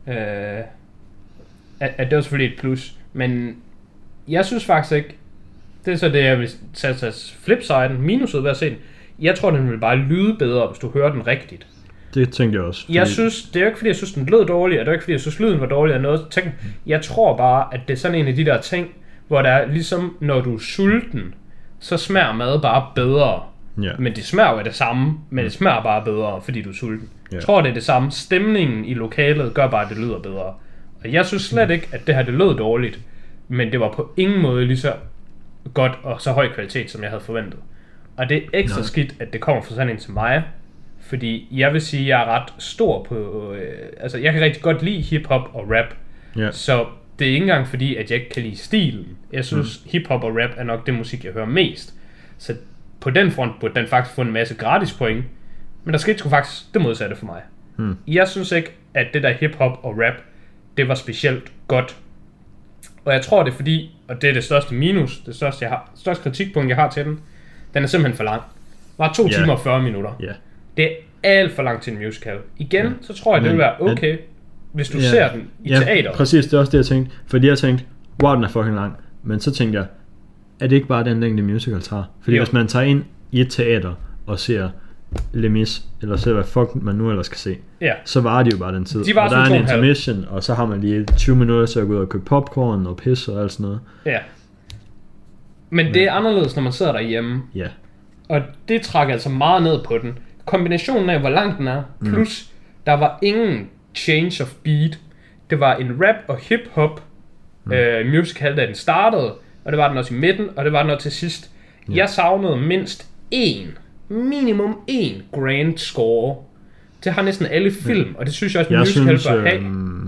At det er selvfølgelig et plus, men jeg synes faktisk ikke, det er så det, jeg vil sætte flipsiden, minuset ved at se den. Jeg tror, den vil bare lyde bedre, hvis du hører den rigtigt. Det tænkte jeg også. Jeg synes, det er jo ikke fordi, jeg synes, den lød dårlig, og det er ikke fordi, jeg synes, lyden var dårlig eller noget. Jeg tror bare, at det er sådan en af de der ting, hvor der er ligesom, når du er sulten, så smager mad bare bedre. Ja. Men det smager jo af det samme, men det smager bare bedre, fordi du er sulten. Jeg tror, det er det samme. Stemningen i lokalet gør bare, at det lyder bedre. Og jeg synes slet ikke, at det her det lød dårligt, men det var på ingen måde lige så godt og så høj kvalitet, som jeg havde forventet. Og det er ekstra skidt, at det kommer fra sådan en som mig, fordi jeg vil sige, at jeg er ret stor på... altså, jeg kan rigtig godt lide hiphop og rap, så det er ikke engang fordi, at jeg ikke kan lide stilen. Jeg synes, hiphop og rap er nok det musik, jeg hører mest. Så på den front burde den faktisk få en masse gratis point, men der skete sgu faktisk det modsatte for mig. Jeg synes ikke, at det der hiphop og rap, det var specielt godt. Og jeg tror det er fordi, og det er det største minus, det største kritikpunkt jeg har til den, den er simpelthen for lang. Var 2 timer og 40 minutter. Det er alt for langt til en musical. Igen, så tror jeg det vil være okay, hvis du ser den i teater. Præcis, det er også det jeg tænkte. Fordi jeg tænkte, wow, den er fucking lang. Men så tænkte jeg, er det ikke bare den længde musical tager? Fordi hvis man tager ind i et teater og ser Les Mis, eller ser hvad fuck man nu ellers skal se, så varer de jo bare den tid. De og der er en intermission, og så har man lige 20 minutter til at gå ud og købe popcorn og pisse og alt sådan noget. Men det er anderledes, når man sidder derhjemme. Ja. Og det trækker altså meget ned på den. Kombinationen af, hvor lang den er, plus der var ingen change of beat. Det var en rap og hip-hop musical, da den startede, og det var den også i midten, og det var den også til sidst. Jeg savnede mindst minimum én grand score. Det har næsten alle film, og det synes jeg også, en musical bør have.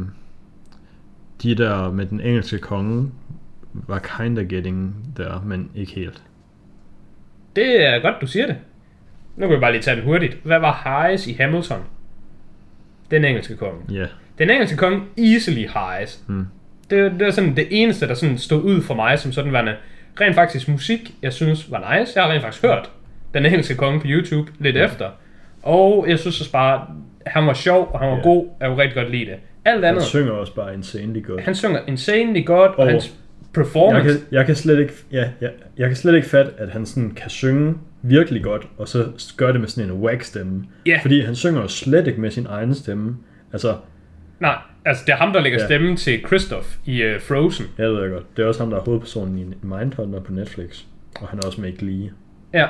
De der med den engelske konge var kinda getting der, men ikke helt. Det er godt, du siger det. Nu kan vi bare lige tage den hurtigt. Hvad var highs i Hamilton? Den engelske konge. Ja. Den engelske konge easily highs. Det er sådan det eneste, der sådan stod ud for mig som sådan værende rent faktisk musik, jeg synes var nice. Jeg har rent faktisk hørt Den engelske konge på YouTube lidt efter. Og jeg synes også bare, han var sjov, og han var god. Jeg kunne rigtig godt lide det. Alt andet. Han synger også bare insanely godt. Han synger insanely godt, og hans performance. Jeg kan slet ikke fatte, at han sådan kan synge virkelig godt, og så gør det med sådan en whack stemme. Yeah. Fordi han synger slet ikke med sin egen stemme. Altså, nej, altså det er ham, der lægger stemme til Kristoff i Frozen. Ja, det ved jeg godt. Det er også ham, der er hovedpersonen i Mindhunter på Netflix. Og han er også med i Glee. Ja.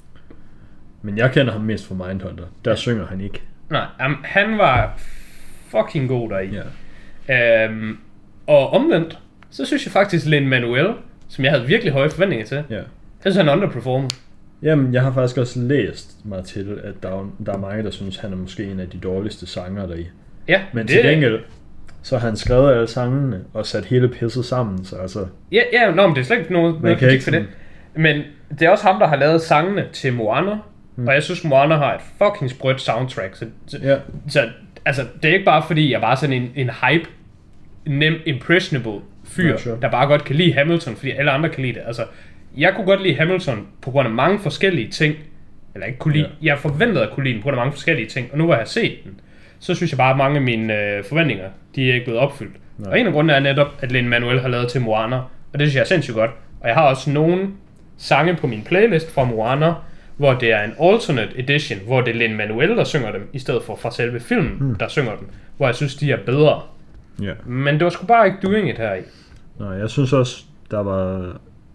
Men jeg kender ham mest fra Mindhunter. Der synger han ikke. Nej, han var fucking god deri. Ja. Og omvendt, så synes jeg faktisk Lin-Manuel, som jeg havde virkelig høje forventninger til, jeg synes han underperformer. Jamen, jeg har faktisk også læst mig til, at der er mange, der synes, han er måske en af de dårligste sanger deri. Ja, men til gengæld, så har han skrevet alle sangene og sat hele pisset sammen, så altså... Ja, men det er slet ikke noget kritik for det. Men det er også ham, der har lavet sangene til Moana, og jeg synes, Moana har et fucking sprødt soundtrack. Så altså, det er ikke bare fordi, jeg var sådan en hype, nem, impressionable fyr, der bare godt kan lide Hamilton, fordi alle andre kan lide det. Altså, jeg kunne godt lide Hamilton på grund af mange forskellige ting, eller ikke kunne lide, jeg forventede at kunne lide den på grund af mange forskellige ting, og nu hvor jeg har set den, så synes jeg bare, at mange af mine forventninger, de er ikke blevet opfyldt. Nej. Og en af grundene er netop, at Lin-Manuel har lavet til Moana, og det synes jeg er sindssygt godt. Og jeg har også nogle sange på min playlist fra Moana, hvor det er en alternate edition, hvor det er Lin-Manuel, der synger dem, i stedet for fra selve filmen, der synger dem, hvor jeg synes, de er bedre. Men det var sgu bare ikke doing it her i. Nej, jeg synes også, der var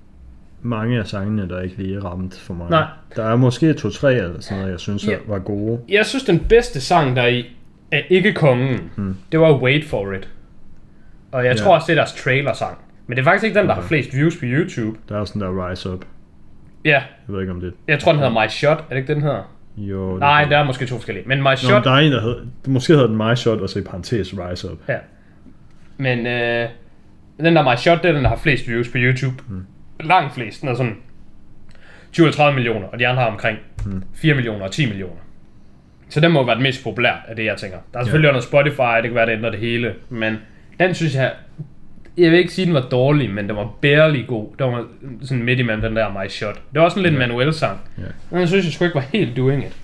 mange af sangene, der ikke lige ramt for mig. Nej. Der er måske 2-3 eller sådan noget, jeg synes var gode. Jeg synes, den bedste sang der i er ikke kongen. Det var Wait For It. Og jeg tror også, det er deres trailer-sang. Men det er faktisk ikke den, der har flest views på YouTube. Der er sådan der Rise Up. Ja. Jeg ved ikke om det. Jeg tror, den hedder My Shot. Er det ikke den hedder? Jo. Nej, der er måske 2 forskellige. Men My Shot... der er en, der hedder... Måske hedder den My Shot, og så i parentes Rise Up. Ja. Men den der My Shot, det er den, der har flest views på YouTube. Langt flest. Den er sådan 20-30 millioner, og de andre har omkring 4 millioner og 10 millioner. Så den må være den mest populært af det, jeg tænker. Der er selvfølgelig noget Spotify, det kan være, det ændrer det hele. Men den synes jeg vil ikke sige, den var dårlig, men den var barely god. Den var sådan midt imellem den der My Shot. Det var også en lidt Manuel-sang. Men jeg synes, jeg sgu ikke var helt doing it.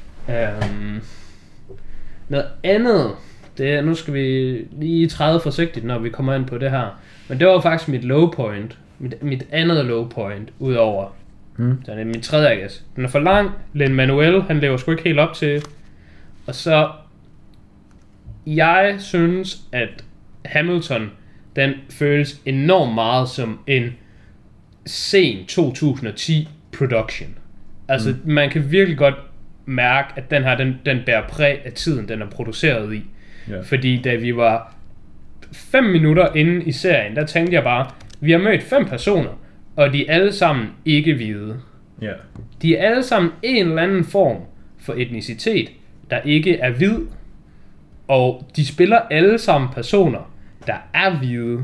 Noget andet, nu skal vi lige træde forsigtigt, når vi kommer ind på det her. Men det var faktisk mit low point. Mit andet low point, udover. Så det er min tredje, I guess. Den er for lang. Lin-Manuel, han lever sgu ikke helt op til. Og så... Jeg synes, at Hamilton, den føles enormt meget som en sen 2010 production. Altså, man kan virkelig godt mærke, at den her, den bærer præg af tiden, den er produceret i. Fordi da vi var 5 minutter inde i serien, der tænkte jeg bare, vi har mødt 5 personer, og de er alle sammen ikke hvide. De er alle sammen en eller anden form for etnicitet, der ikke er hvid. Og de spiller alle sammen personer, der er hvide.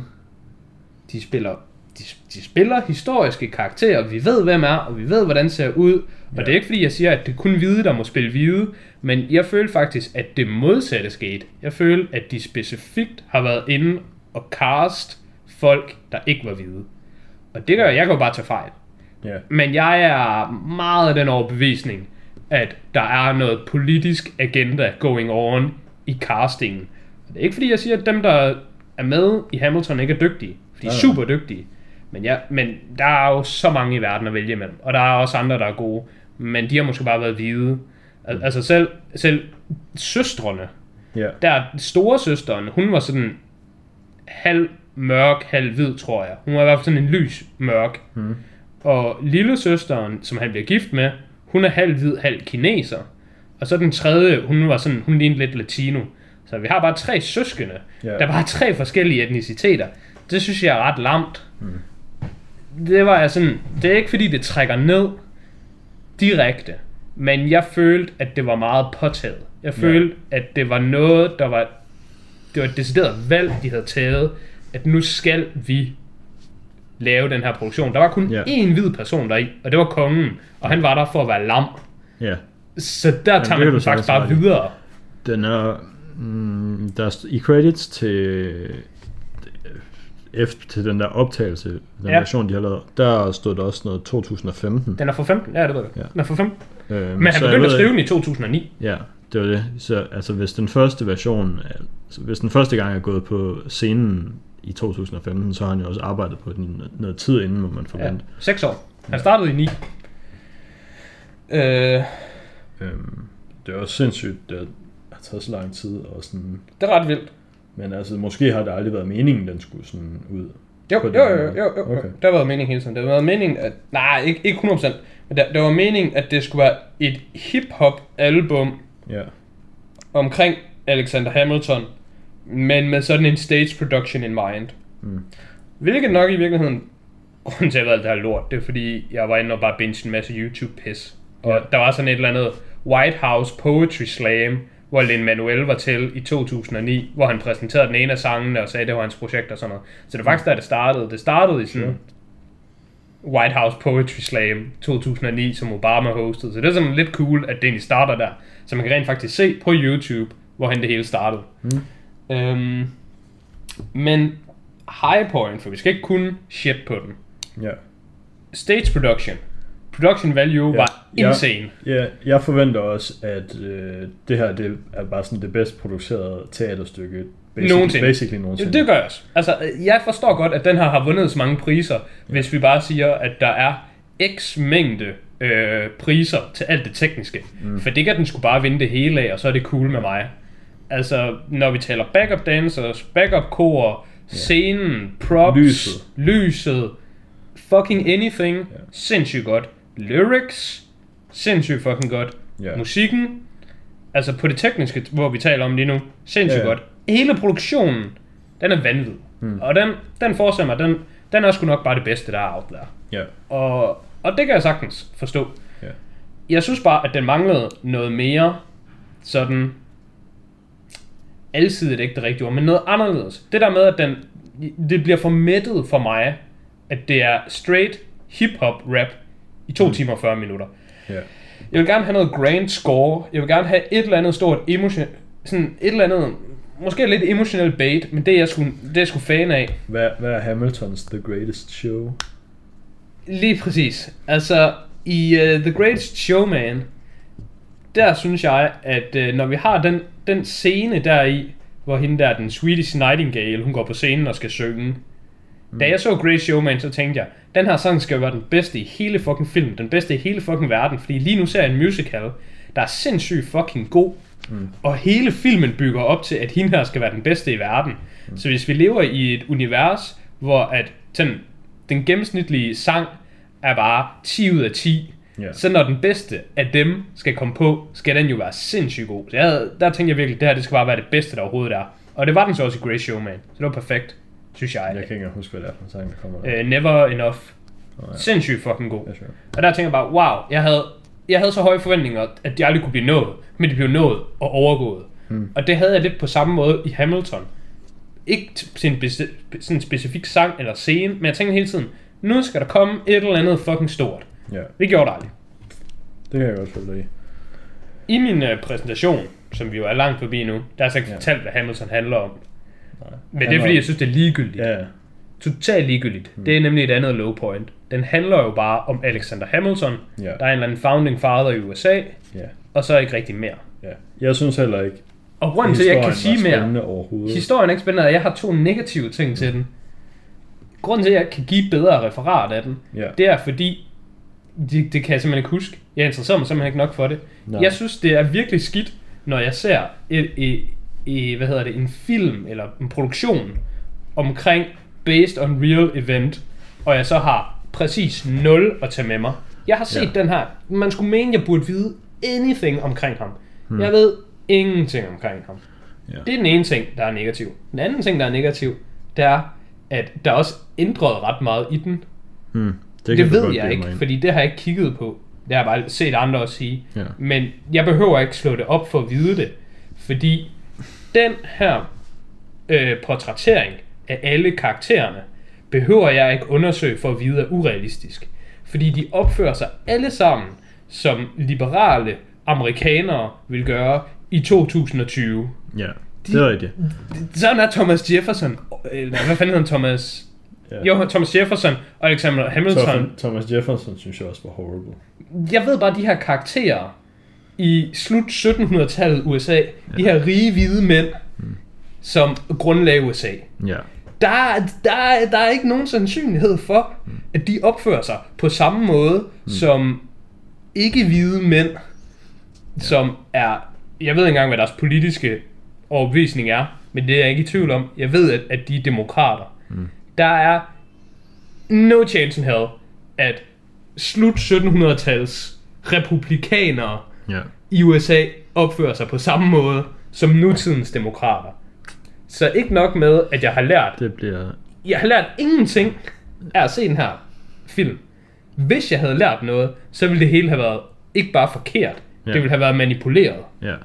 De spiller historiske karakterer, vi ved hvem er, og vi ved hvordan det ser ud. Og det er ikke fordi jeg siger, at det er kun hvide, der må spille hvide, men jeg føler faktisk, at det modsatte skete. Jeg føler, at de specifikt har været inde og cast folk, der ikke var hvide. Og det gør jeg kan jo bare tage fejl. Men jeg er meget af den overbevisning, at der er noget politisk agenda going on i castingen. Det er ikke fordi jeg siger, at dem der er med i Hamilton ikke er dygtige, for de er super dygtige. Men der er jo så mange i verden at vælge imellem, og der er også andre der er gode, men de har måske bare været hvide. Altså selv søstrene, der store søsteren, hun var sådan halv mørk, halv hvid, tror jeg. Hun var i hvert fald sådan en lys mørk. Og lillesøsteren, som han bliver gift med, hun er halv hvid, halv kineser. Og så den tredje, hun lignede lidt latino. Så vi har bare 3 søskende. Der er bare 3 forskellige etniciteter. Det synes jeg er ret lamt. Det var sådan, det er ikke fordi det trækker ned direkte, men jeg følte at det var meget påtaget. Jeg følte at det var noget det var et decideret valg de havde taget, at nu skal vi lave den her produktion. Der var kun én hvid person deri, og det var kongen, og han var der for at være lam. Så der tager man den faktisk bare videre. Den er der er i credits til til den der optagelse, den version de har lavet, der stod der også noget 2015. Den er fra 15, ja det ved jeg. Den er fra 15. Men han begyndte at skrive den i 2009. Ja, det var det. Så altså hvis den første version, hvis den første gang er gået på scenen i 2015, så har han jo også arbejdet på den noget tid inden, må man forvente. 6 år. Han startede i 9. Det er også sindssygt, det har taget så lang tid og sådan. Det er ret vildt. Men altså, måske har det aldrig været meningen, den skulle sådan ud. Jo. Okay. Der har været meningen hele tiden. Det har været meningen, at... Nej, ikke 100%. Men der var meningen, at det skulle være et hip-hop album omkring Alexander Hamilton, men med sådan en stage production in mind. Hvilket nok i virkeligheden... Grunden til, at jeg ved alt det her lort, det er fordi, jeg var inde og bare binge en masse YouTube-pis. Og der var sådan et eller andet White House Poetry Slam, hvor Lin-Manuel var til i 2009, hvor han præsenterede den ene af sangene og sagde, at det var hans projekt og sådan noget. Så det var faktisk der det startede. Det startede i sådan White House Poetry Slam 2009, som Obama hostede. Så det er sådan lidt cool, at det egentlig starter der. Så man kan rent faktisk se på YouTube, hvorhen det hele startede. Men high point, for vi skal ikke kun shit på den. Stage production value var insane. Jeg forventer også, at det her det er bare sådan det bedst producerede teaterstykke basically nogensinde. Det gør jeg også. Altså, jeg forstår godt, at den her har vundet så mange priser, hvis vi bare siger, at der er x mængde priser til alt det tekniske. For det kan den skulle bare vinde det hele af, og så er det cool med mig. Altså, når vi taler backup dancers, backup kor, scenen, props, lyset, fucking anything, sindssygt godt. Lyrics, sindssygt fucking godt. Musikken, altså på det tekniske, hvor vi taler om lige nu, sindssygt godt. Hele produktionen, den er vanvittig. Og den forestiller mig, den er sgu nok bare det bedste, der er out der. Og det kan jeg sagtens forstå. Jeg synes bare, at den manglede noget mere sådan alsidigt, ikke det rigtige ord, men noget anderledes. Det der med, at det bliver for mættet for mig, at det er straight hip-hop rap i 2 timer og 40 minutter. Jeg vil gerne have noget grand score. Jeg vil gerne have et eller andet stort sådan et eller andet, måske lidt emotional bait, men det er jeg sgu fan af. Hvad er Hamiltons The Greatest Show? Lige præcis. Altså i The Greatest Showman, der synes jeg, at når vi har den scene deri, hvor hende der, den Swedish Nightingale, hun går på scenen og skal synge. Da jeg så Great Showman, så tænkte jeg, den her sang skal jo være den bedste i hele fucking film, den bedste i hele fucking verden, fordi lige nu ser jeg en musical, der er sindssygt fucking god, og hele filmen bygger op til, at hende her skal være den bedste i verden. Så hvis vi lever i et univers, hvor at den gennemsnitlige sang er bare 10 ud af 10, så når den bedste af dem skal komme på, skal den jo være sindssygt god. Så der tænkte jeg virkelig, det skal bare være det bedste, der overhovedet er. Og det var den så også i Great Showman, så det var perfekt, synes jeg. Jeg kan ikke huske, hvad det er for en sang, der kommer der. Never Enough. Sindssygt fucking god. Og der tænker jeg bare, wow, jeg havde så høje forventninger, at de aldrig kunne blive nået, men de blev nået og overgået. Og det havde jeg lidt på samme måde i Hamilton. Ikke til en specifik sang eller scene, men jeg tænkte hele tiden, nu skal der komme et eller andet fucking stort. Det gjorde det aldrig. Det kan jeg godt følge dig i. I min præsentation, som vi jo er langt forbi nu, der har jeg så ikke fortalt, hvad Hamilton handler om. Men det er fordi, jeg synes, det er ligegyldigt. Totalt ligegyldigt. Det er nemlig et andet low point. Den handler jo bare om Alexander Hamilton. Der er en eller anden founding father i USA. Og så ikke rigtig mere. Jeg synes heller ikke, og grunden til, at jeg ikke kan sige mere, historien er ikke spændende, og jeg har 2 negative ting til den. Grunden til, at jeg kan give bedre referat af den, det er fordi, det kan jeg simpelthen ikke huske. Jeg interesserer mig simpelthen ikke nok for det. Jeg synes, det er virkelig skidt, når jeg ser en film eller en produktion omkring based on real event, og jeg så har præcis 0 at tage med mig. Jeg har set den her. Man skulle mene, jeg burde vide anything omkring ham. Jeg ved ingenting omkring ham. Det er den ene ting, der er negativ. Den anden ting, der er negativ, det er, at der er også ændret ret meget i den. Det ved jeg ikke, fordi det har jeg ikke kigget på. Det har jeg bare set andre også sige. Men jeg behøver ikke slå det op for at vide det. Fordi den her portrættering af alle karaktererne, behøver jeg ikke undersøge for at vide er urealistisk. Fordi de opfører sig alle sammen, som liberale amerikanere vil gøre i 2020. Ja, det er rigtigt. Sådan er Thomas Jefferson. Hvad fanden hedder Thomas? Jo, Thomas Jefferson og Alexander Hamilton. Thomas Jefferson synes jeg også var horrible. Jeg ved bare, de her karakterer i slut 1700-tallet USA, de her rige hvide mænd, som grundlagde USA. Ja. Der er ikke nogen sandsynlighed for, at de opfører sig på samme måde som ikke-hvide mænd, som er... Jeg ved ikke engang, hvad deres politiske overbevisning er, men det er jeg ikke i tvivl om. Jeg ved, at de er demokrater. Der er no chance in hell, at slut 1700-tals republikanere i USA opfører sig på samme måde som nutidens demokrater. Så ikke nok med, at jeg har lært... Jeg har lært ingenting af at se den her film. Hvis jeg havde lært noget, så ville det hele have været ikke bare forkert. Det ville have været manipuleret.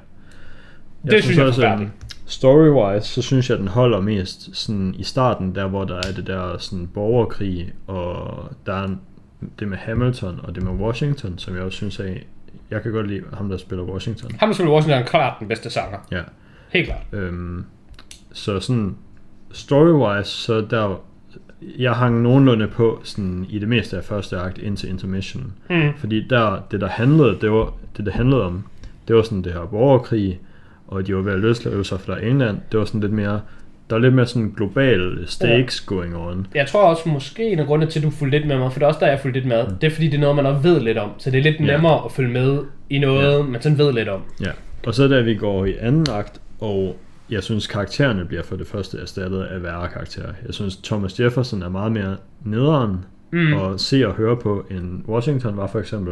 Det synes jeg er forfærdeligt. Story-wise, så synes jeg, at den holder mest sådan i starten, der hvor der er det der sådan borgerkrig, og der er det med Hamilton og det med Washington, som jeg også synes er... Jeg kan godt lide ham, der spiller Washington. Ham, der spiller Washington, er klart den bedste sanger. Ja. Helt klart. Så sådan story-wise, så der... Jeg hang nogenlunde på sådan, i det meste af første akt indtil intermission. Fordi det handlede om, det var sådan det her borgerkrig, og de var ved at løslade sig fra England. Det var sådan lidt mere... Der er lidt mere sådan global stakes going on. Jeg tror også måske en af grundene til, at du fulgte lidt med mig, for det er også der, jeg fulgte lidt med. Det er fordi, det er noget, man også ved lidt om. Så det er lidt nemmere at følge med i noget, man sådan ved lidt om. Ja, og så da vi går i anden akt, og jeg synes, karaktererne bliver for det første erstattet af værre karakterer. Jeg synes, Thomas Jefferson er meget mere nederen at se og høre på, end Washington var for eksempel.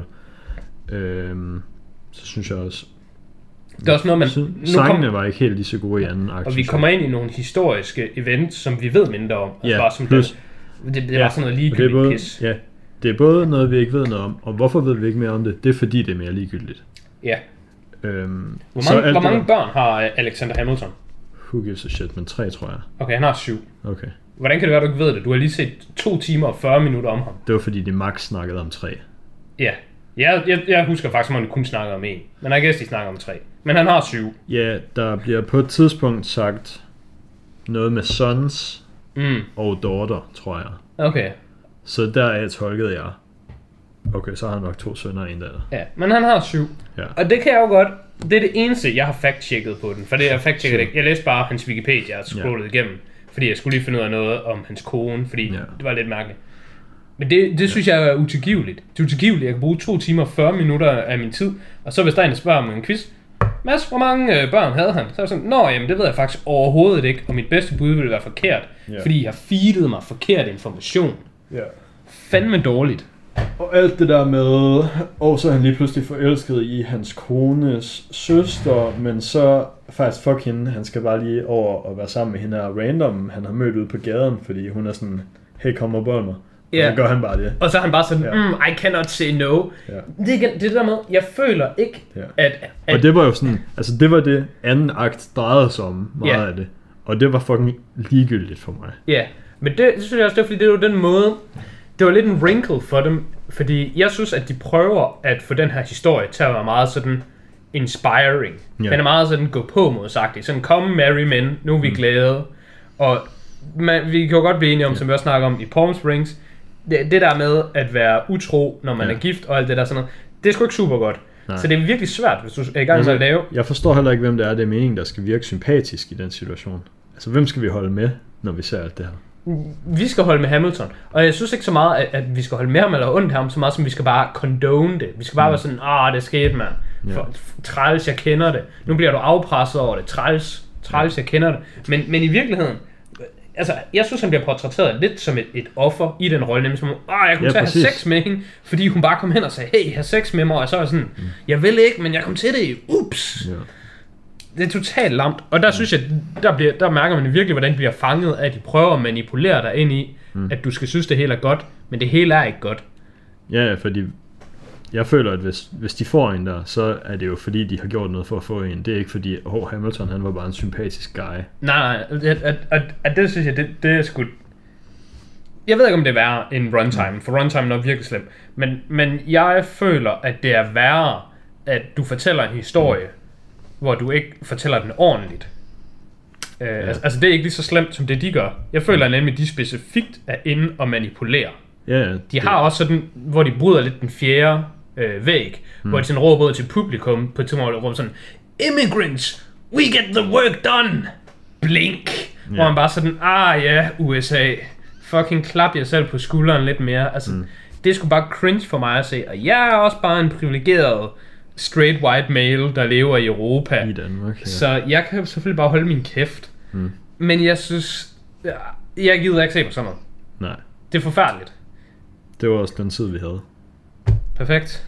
Så synes jeg også... Det er også noget, sangene var ikke helt lige så gode i anden akt. Og vi kommer ind i nogle historiske events, som vi ved mindre om. Altså bare som det var sådan noget ligegyldigt pis. Ja, det er både noget, vi ikke ved noget om, og hvorfor ved vi ikke mere om det? Det er fordi, det er mere ligegyldigt. Ja. Hvor mange børn har Alexander Hamilton? Who gives a shit, men 3, tror jeg. Okay, han har 7. Okay. Hvordan kan det være, du ikke ved det? Du har lige set 2 timer og 40 minutter om ham. Det var fordi, de max snakkede om 3. Ja. Jeg husker faktisk, at man kun snakkede om 1. Men jeg gæst, de snakker om 3. Men han har 7. Ja, der bliver på et tidspunkt sagt noget med sons og daughter, tror jeg. Okay. Så deraf tolkede jeg. Okay, så har han nok 2 sønner og en datter. Ja, men han har 7. Ja. Og det kan jeg jo godt. Det er det eneste, jeg har fact-checket på den. For det jeg fact-checket ikke. Jeg læste bare hans Wikipedia og scrollede igennem. Fordi jeg skulle lige finde ud af noget om hans kone. Fordi det var lidt mærkeligt. Men det synes jeg er utilgiveligt. Det er utilgiveligt, jeg kan bruge 2 timer og 40 minutter af min tid. Og så hvis der er en, der spørger om en quiz. Mads, hvor mange børn havde han? Så er jeg sådan, jamen det ved jeg faktisk overhovedet ikke. Og mit bedste bud ville være forkert. Fordi jeg feedede mig forkert information. Fandme dårligt. Og alt det der med, og så er han lige pludselig forelsket i hans kones søster, men så faktisk fuck hende, han skal bare lige over og være sammen med hende her random, han har mødt ude på gaden, fordi hun er sådan, hey, kom og bold mig. Og så gør han bare det. Og så er han bare sådan, I cannot say no. Det er det der med, jeg føler ikke, at... Og det var jo sådan, altså det var det anden akt drejede sig om meget af det. Og det var fucking ligegyldigt for mig. Ja, men det synes jeg også, det er, fordi det var den måde... Det var lidt en wrinkle for dem, fordi jeg synes, at de prøver at få den her historie til at være meget sådan inspiring. Den er meget sådan gå på modsagtig. Sådan, come merry men, nu er vi glade. Og vi kan jo godt blive enige om, som vi også snakker om i Palm Springs, det der med at være utro, når man er gift og alt det der sådan noget, det er sgu ikke super godt. Nej. Så det er virkelig svært, hvis du er i gang med at lave. Jeg forstår heller ikke, hvem det er meningen, der skal virke sympatisk i den situation. Altså, hvem skal vi holde med, når vi ser alt det her? Vi skal holde med Hamilton, og jeg synes ikke så meget, at vi skal holde med ham eller ondt ham, så meget som vi skal bare condone det. Vi skal bare være sådan, det skete, mand. Træls, jeg kender det. Nu bliver du afpresset over det. Træls, jeg kender det. Men i virkeligheden, altså, jeg synes, han bliver portrætteret lidt som et offer i den rolle, nemlig som, jeg kunne have sex med hende, fordi hun bare kom hen og sagde, hey, have sex med mig, og så er jeg sådan, jeg vil ikke, men jeg kom til det, ups. Ja. Det er totalt lamt, og der synes jeg, der mærker man virkelig, hvordan de bliver fanget, at de prøver at manipulere dig ind i, at du skal synes, det hele er godt, men det hele er ikke godt. Ja, fordi jeg føler, at hvis de får en der, så er det jo fordi, de har gjort noget for at få en. Det er ikke fordi, Hamilton, han var bare en sympatisk guy. Nej, at det synes jeg, det er sgu... Jeg ved ikke, om det er værre end Runtime, for Runtime er virkelig slemt. Men jeg føler, at det er værre, at du fortæller en historie, hvor du ikke fortæller den ordentligt. Altså, det er ikke lige så slemt, som det de gør. Jeg føler nemlig, at de specifikt er inde og manipulere. De har også sådan, hvor de bryder lidt den fjerde væg, hvor de sådan råber ud til publikum på et tidspunkt, hvor de råber sådan, immigrants, we get the work done, blink, hvor man bare sådan, USA, fucking klap jer selv på skulderen lidt mere, altså, det er sgu bare cringe for mig at se, og jeg er også bare en privilegeret, straight white male, der lever i Europa, i Danmark, så jeg kan selvfølgelig bare holde min kæft, men jeg synes, jeg gider ikke se på sådan noget. Nej. Det er forfærdeligt. Det var også den tid, vi havde. Perfekt.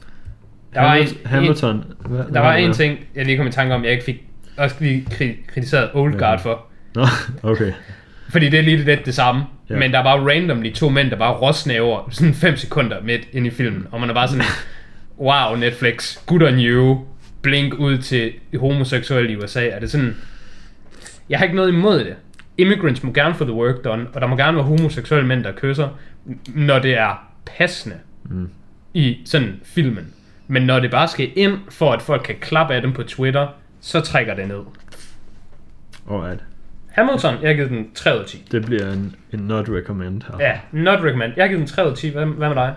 Hamilton. Der var en ting, jeg lige kom i tanke om, jeg ikke fik også lige kritiseret Old Guard for. Nå, okay. Fordi det er lige lidt det samme. Ja. Men der er bare randomly 2 mænd, der bare råsnæver sådan 5 sekunder midt ind i filmen. Og man er bare sådan, wow, Netflix, good on you. Blink ud til homoseksuelle i USA. Er det sådan... Jeg har ikke noget imod det. Immigrants må gerne få the work done, og der må gerne være homoseksuelle mænd, der kysser, når det er passende i sådan filmen. Men når det bare skal ind, for at folk kan klappe af dem på Twitter, så trækker det ned. Alright. Hamilton, jeg har givet den 3 ud af 10. Det bliver en not recommend her. Ja, not recommend. Jeg har givet den 3 ud af 10. Hvad med dig?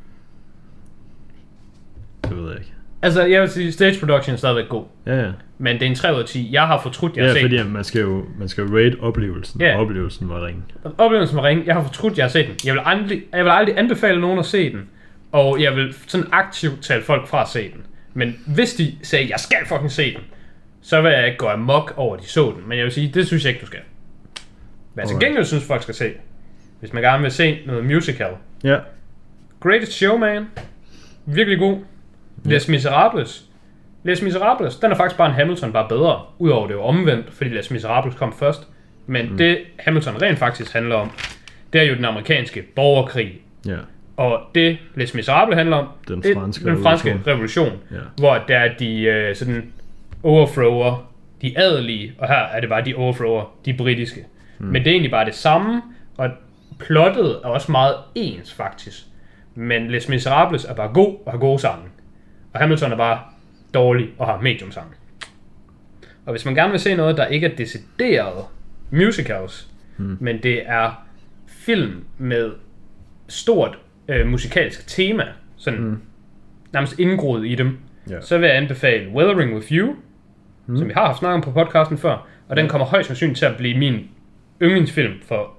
Det ved jeg ikke. Altså, jeg vil sige, stage production er stadigvæk god. Ja. Men det er en 3 ud af 10. Jeg har fortrudt, jeg har set den. Ja, fordi man skal jo rate oplevelsen. Ja. Oplevelsen var ringe. Oplevelsen var ringe. Jeg har fortrudt, jeg har set den. Jeg vil aldrig anbefale nogen at se den. Og jeg vil sådan aktivt tale folk fra at se den. Men hvis de sagde, jeg skal fucking se den, så vil jeg ikke gå amok over, at de så den. Men jeg vil sige, det synes jeg ikke, du skal. Men til gengæld synes folk skal se. Hvis man gerne vil se noget musical. Ja. Greatest Showman. Virkelig god. Les Miserables. Les Miserables, den er faktisk bare en Hamilton, bare bedre. Udover det er jo omvendt, fordi Les Miserables kom først. Men det Hamilton rent faktisk handler om, det er jo den amerikanske borgerkrig. Ja. Og det Les Miserables handler om, den franske revolution. Ja. Hvor der de sådan overthrower de adelige, og her er det bare de overthrower de britiske. Men det er egentlig bare det samme, og plottet er også meget ens faktisk. Men Les Miserables er bare god og har gode sange. Og Hamilton er bare dårlig og har medium sange. Og hvis man gerne vil se noget, der ikke er decideret musicals, men det er film med stort musikalsk tema, sådan nærmest indgroet i dem, så vil jeg anbefale Weathering with You, som vi har haft snakket om på podcasten før, og den kommer højst sandsynligt til at blive min yndlingsfilm for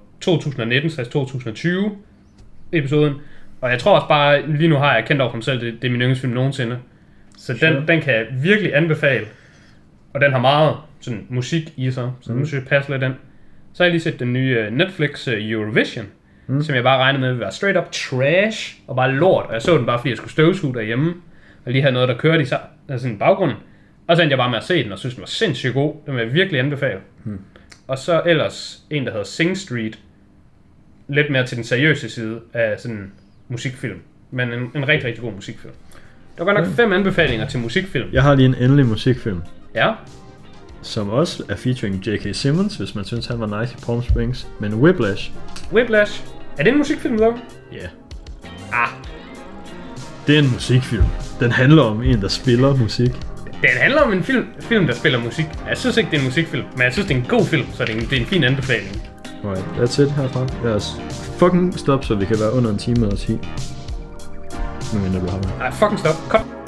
2019-2020 episoden. Og jeg tror også bare, lige nu har jeg kendt over for mig selv, det er min yndlingsfilm nogensinde. Så den kan jeg virkelig anbefale. Og den har meget sådan musik i sig, så nu synes jeg passe lidt den. Så har jeg lige set den nye Netflix Eurovision, som jeg bare regnede med at være straight up trash og bare lort. Og jeg så den bare fordi jeg skulle støvsuge derhjemme, og lige havde noget der kørte i sådan baggrunden. Og så endte jeg bare med at se den og synes den var sindssygt god. Den vil jeg virkelig anbefale. Og så ellers en der hedder Sing Street, lidt mere til den seriøse side af sådan musikfilm, men en rigtig, rigtig god musikfilm. Der var nok 5 anbefalinger til musikfilm. Jeg har lige en endelig musikfilm. Ja. Som også er featuring J.K. Simmons, hvis man synes han var nice i Palm Springs. Men Whiplash. Whiplash. Er det en musikfilm dog? Ja. Det er en musikfilm. Den handler om en, der spiller musik. Den handler om en film, der spiller musik. Jeg synes ikke, det er en musikfilm, men jeg synes, det er en god film, så det er en fin anbefaling. Alright, that's it herfra. Lad os fucking stop, så vi kan være under en time og 10. Nu mindre du har med. Nej, fucking stop. Cut.